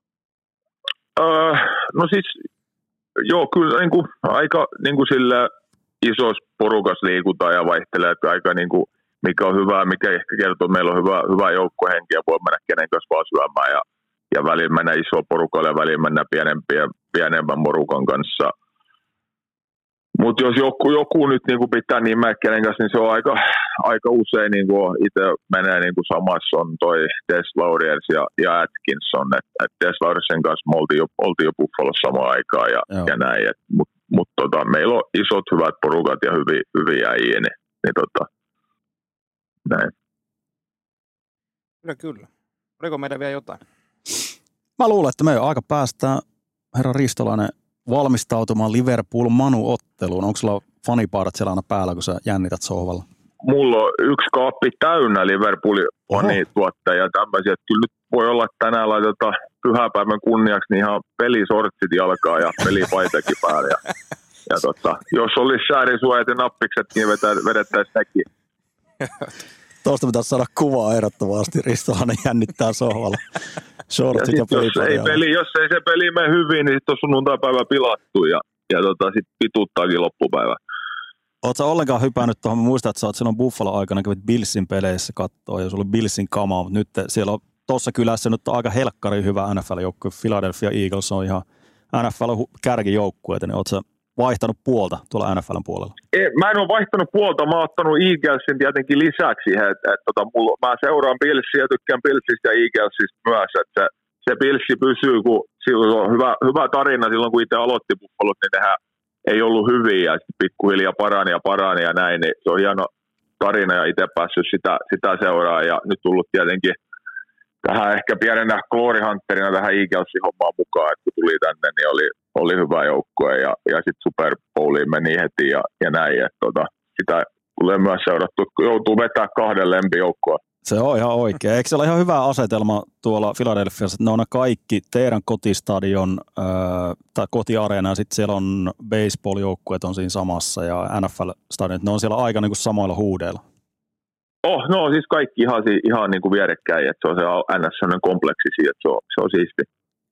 Öö, no siis, joo, kyllä niin kuin, aika niin kuin sillä isossa porukassa liikutaan ja vaihtelee, että aika niin kuin, mikä on hyvä, mikä ehkä kertoo, että meillä on hyvä, hyvä joukkohenki ja voi mennä kenen kanssa vaan syömään ja, ja välillä mennä isoa porukalle ja välillä mennä pienempiä, pienemmän porukan kanssa. Mutta jos joku, joku nyt niin kuin pitää nimeä kenen kanssa, niin se on aika, aika usein niin kuin itse menee niin kuin samassa on toi Des Lauriers ja, ja Atkinson. Että et Des Lauriersin kanssa me oltiin jo, oltiin jo Buffalossa samaan aikaan ja, ja näin. Mutta mut, tota, meillä on isot hyvät porukat ja hyviä, hyviä äijä, niin, niin tota, näin. Kyllä, kyllä. Oliko meidän vielä jotain? Mä luulen, että me on aika päästään, herra Ristolainen, valmistautumaan Liverpool-Manu-otteluun. Onko sulla fanipaidat siellä aina päällä, kun sä jännität sohvalla? Mulla on yksi kaappi täynnä Liverpool-fanituotteja ja tämmöisiä. Kyllä nyt voi olla, että tänään laitetaan pyhäpäivän kunniaksi niin ihan pelisortsit jalkaa ja pelipaitakin päällä. Ja, ja tota, jos olisi säärisuojat ja nappikset, niin vedettäisiin nekin. Tuosta pitäisi saada kuvaa ehdottomasti. Ristolainen jännittää sohvalla. Shortsit ja, ja jos, ei peli, jos ei se peli mene hyvin, niin sitten on sunnuntaipäivä pilattu ja, ja tota, sitten pituuttaakin loppupäivä. Oletko ollenkaan hypännyt tuohon? Mä muistan, että sä oot silloin Buffalo-aikana kävit Billsin peleissä katsoa ja sulla oli Billsin kamaa, mutta nyt siellä on tuossa kylässä nyt on aika helkkari hyvä N F L-joukkue. Philadelphia Eagles on ihan N F L-kärkijoukkueita, niin ootko sä vaihtanut puolta tuolla N F L:n puolella? Ei, mä en ole vaihtanut puolta, mä oon ottanut Eaglesin tietenkin lisäksi, että et, tota, mulla, mä seuraan Billsia ja tykkään Billsistä ja Eaglesista myös, että se, se Billsi pysyy, kun silloin on hyvä, hyvä tarina silloin, kun itse aloitti Buffalot, niin nehän ei ollut hyviä ja pikkuhiljaa parani ja parani ja näin, niin se on hieno tarina ja itse päässyt sitä, sitä seuraamaan ja nyt tullut tietenkin tähän ehkä pienenä Glory Hunterina tähän Eaglesin hommaan mukaan, että kun tuli tänne, niin oli, oli hyvä joukkue ja, ja sitten Super Bowliin meni heti ja, ja näin, että tota, sitä tulee myös seurattu, kun joutuu vetää kahden lempijoukkoa. Se on ihan oikein. Eikö se ole ihan hyvä asetelma tuolla Philadelphiassa, että ne on kaikki teidän kotistadion äh, tai kotiareena ja sitten siellä on baseball-joukkueet on siinä samassa ja N F L-stadionit, ne on siellä aika niin kuin samoilla huudeilla. Oh, no siis kaikki ihan, ihan niin kuin vierekkäin, että se on se N S kompleksi siitä, että se on, se on siisti.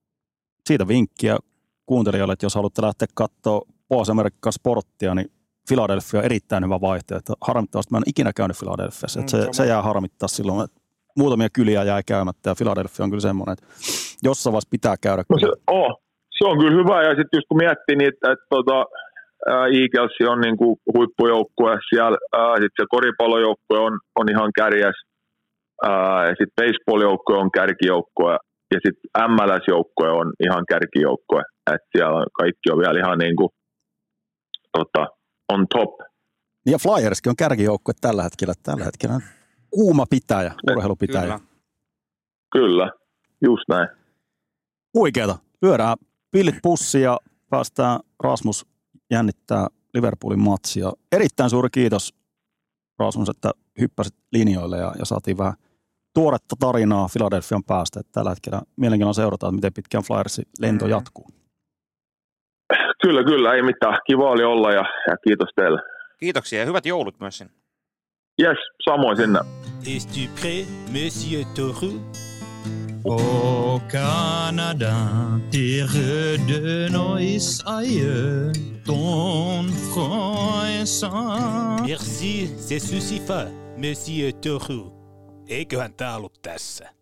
Siitä vinkkiä kuuntelijoille, että jos haluatte lähteä katsoa Pohjois-Amerikkaa sporttia, niin Philadelphia on erittäin hyvä vaihtoehto. Harmittavasti mä en ikinä käynyt Philadelphiassa, että se, se jää harmittaa silloin, että muutamia kyliä jää käymättä ja Philadelphia on kyllä semmoinen, että jossain vaiheessa pitää käydä. No se, oh, se on kyllä hyvä ja sitten just kun miettii niitä, että, että tota, Eagles on niin kuin huippujoukkue siellä, sitten se koripallojoukkue on, on ihan kärjäs, ja sitten baseball-joukkue on kärkijoukkue, ja sitten M L S-joukkue on ihan kärkijoukkue, että siellä kaikki on vielä ihan niin kuin, tota, on top. Ja Flyerskin on kärkijoukkue tällä hetkellä, tällä hetkellä kuuma pitäjä, urheilupitäjä. Kyllä. Kyllä, just näin. Huikeeta. Lyödään pillit pussiin ja päästään Rasmus jännittää Liverpoolin matsia. Erittäin suuri kiitos, Rasmus, että hyppäsit linjoille ja, ja saatiin vähän tuoretta tarinaa Philadelphian päästä. Että tällä hetkellä mielenkiinnolla seurataan, miten pitkään Flyersin lento mm. jatkuu. Kyllä, kyllä, ei mitään. Kiva oli olla ja, ja kiitos teille. Kiitoksia ja hyvät joulut myös sinne. Yes, samoin sinne. Es-tu prêt, Monsieur Toru? Au Canada, terre de nos aïeux, ton front est sans. Merci, c'est suffisant. Monsieur Toru. Eiköhän tää ollut tässä.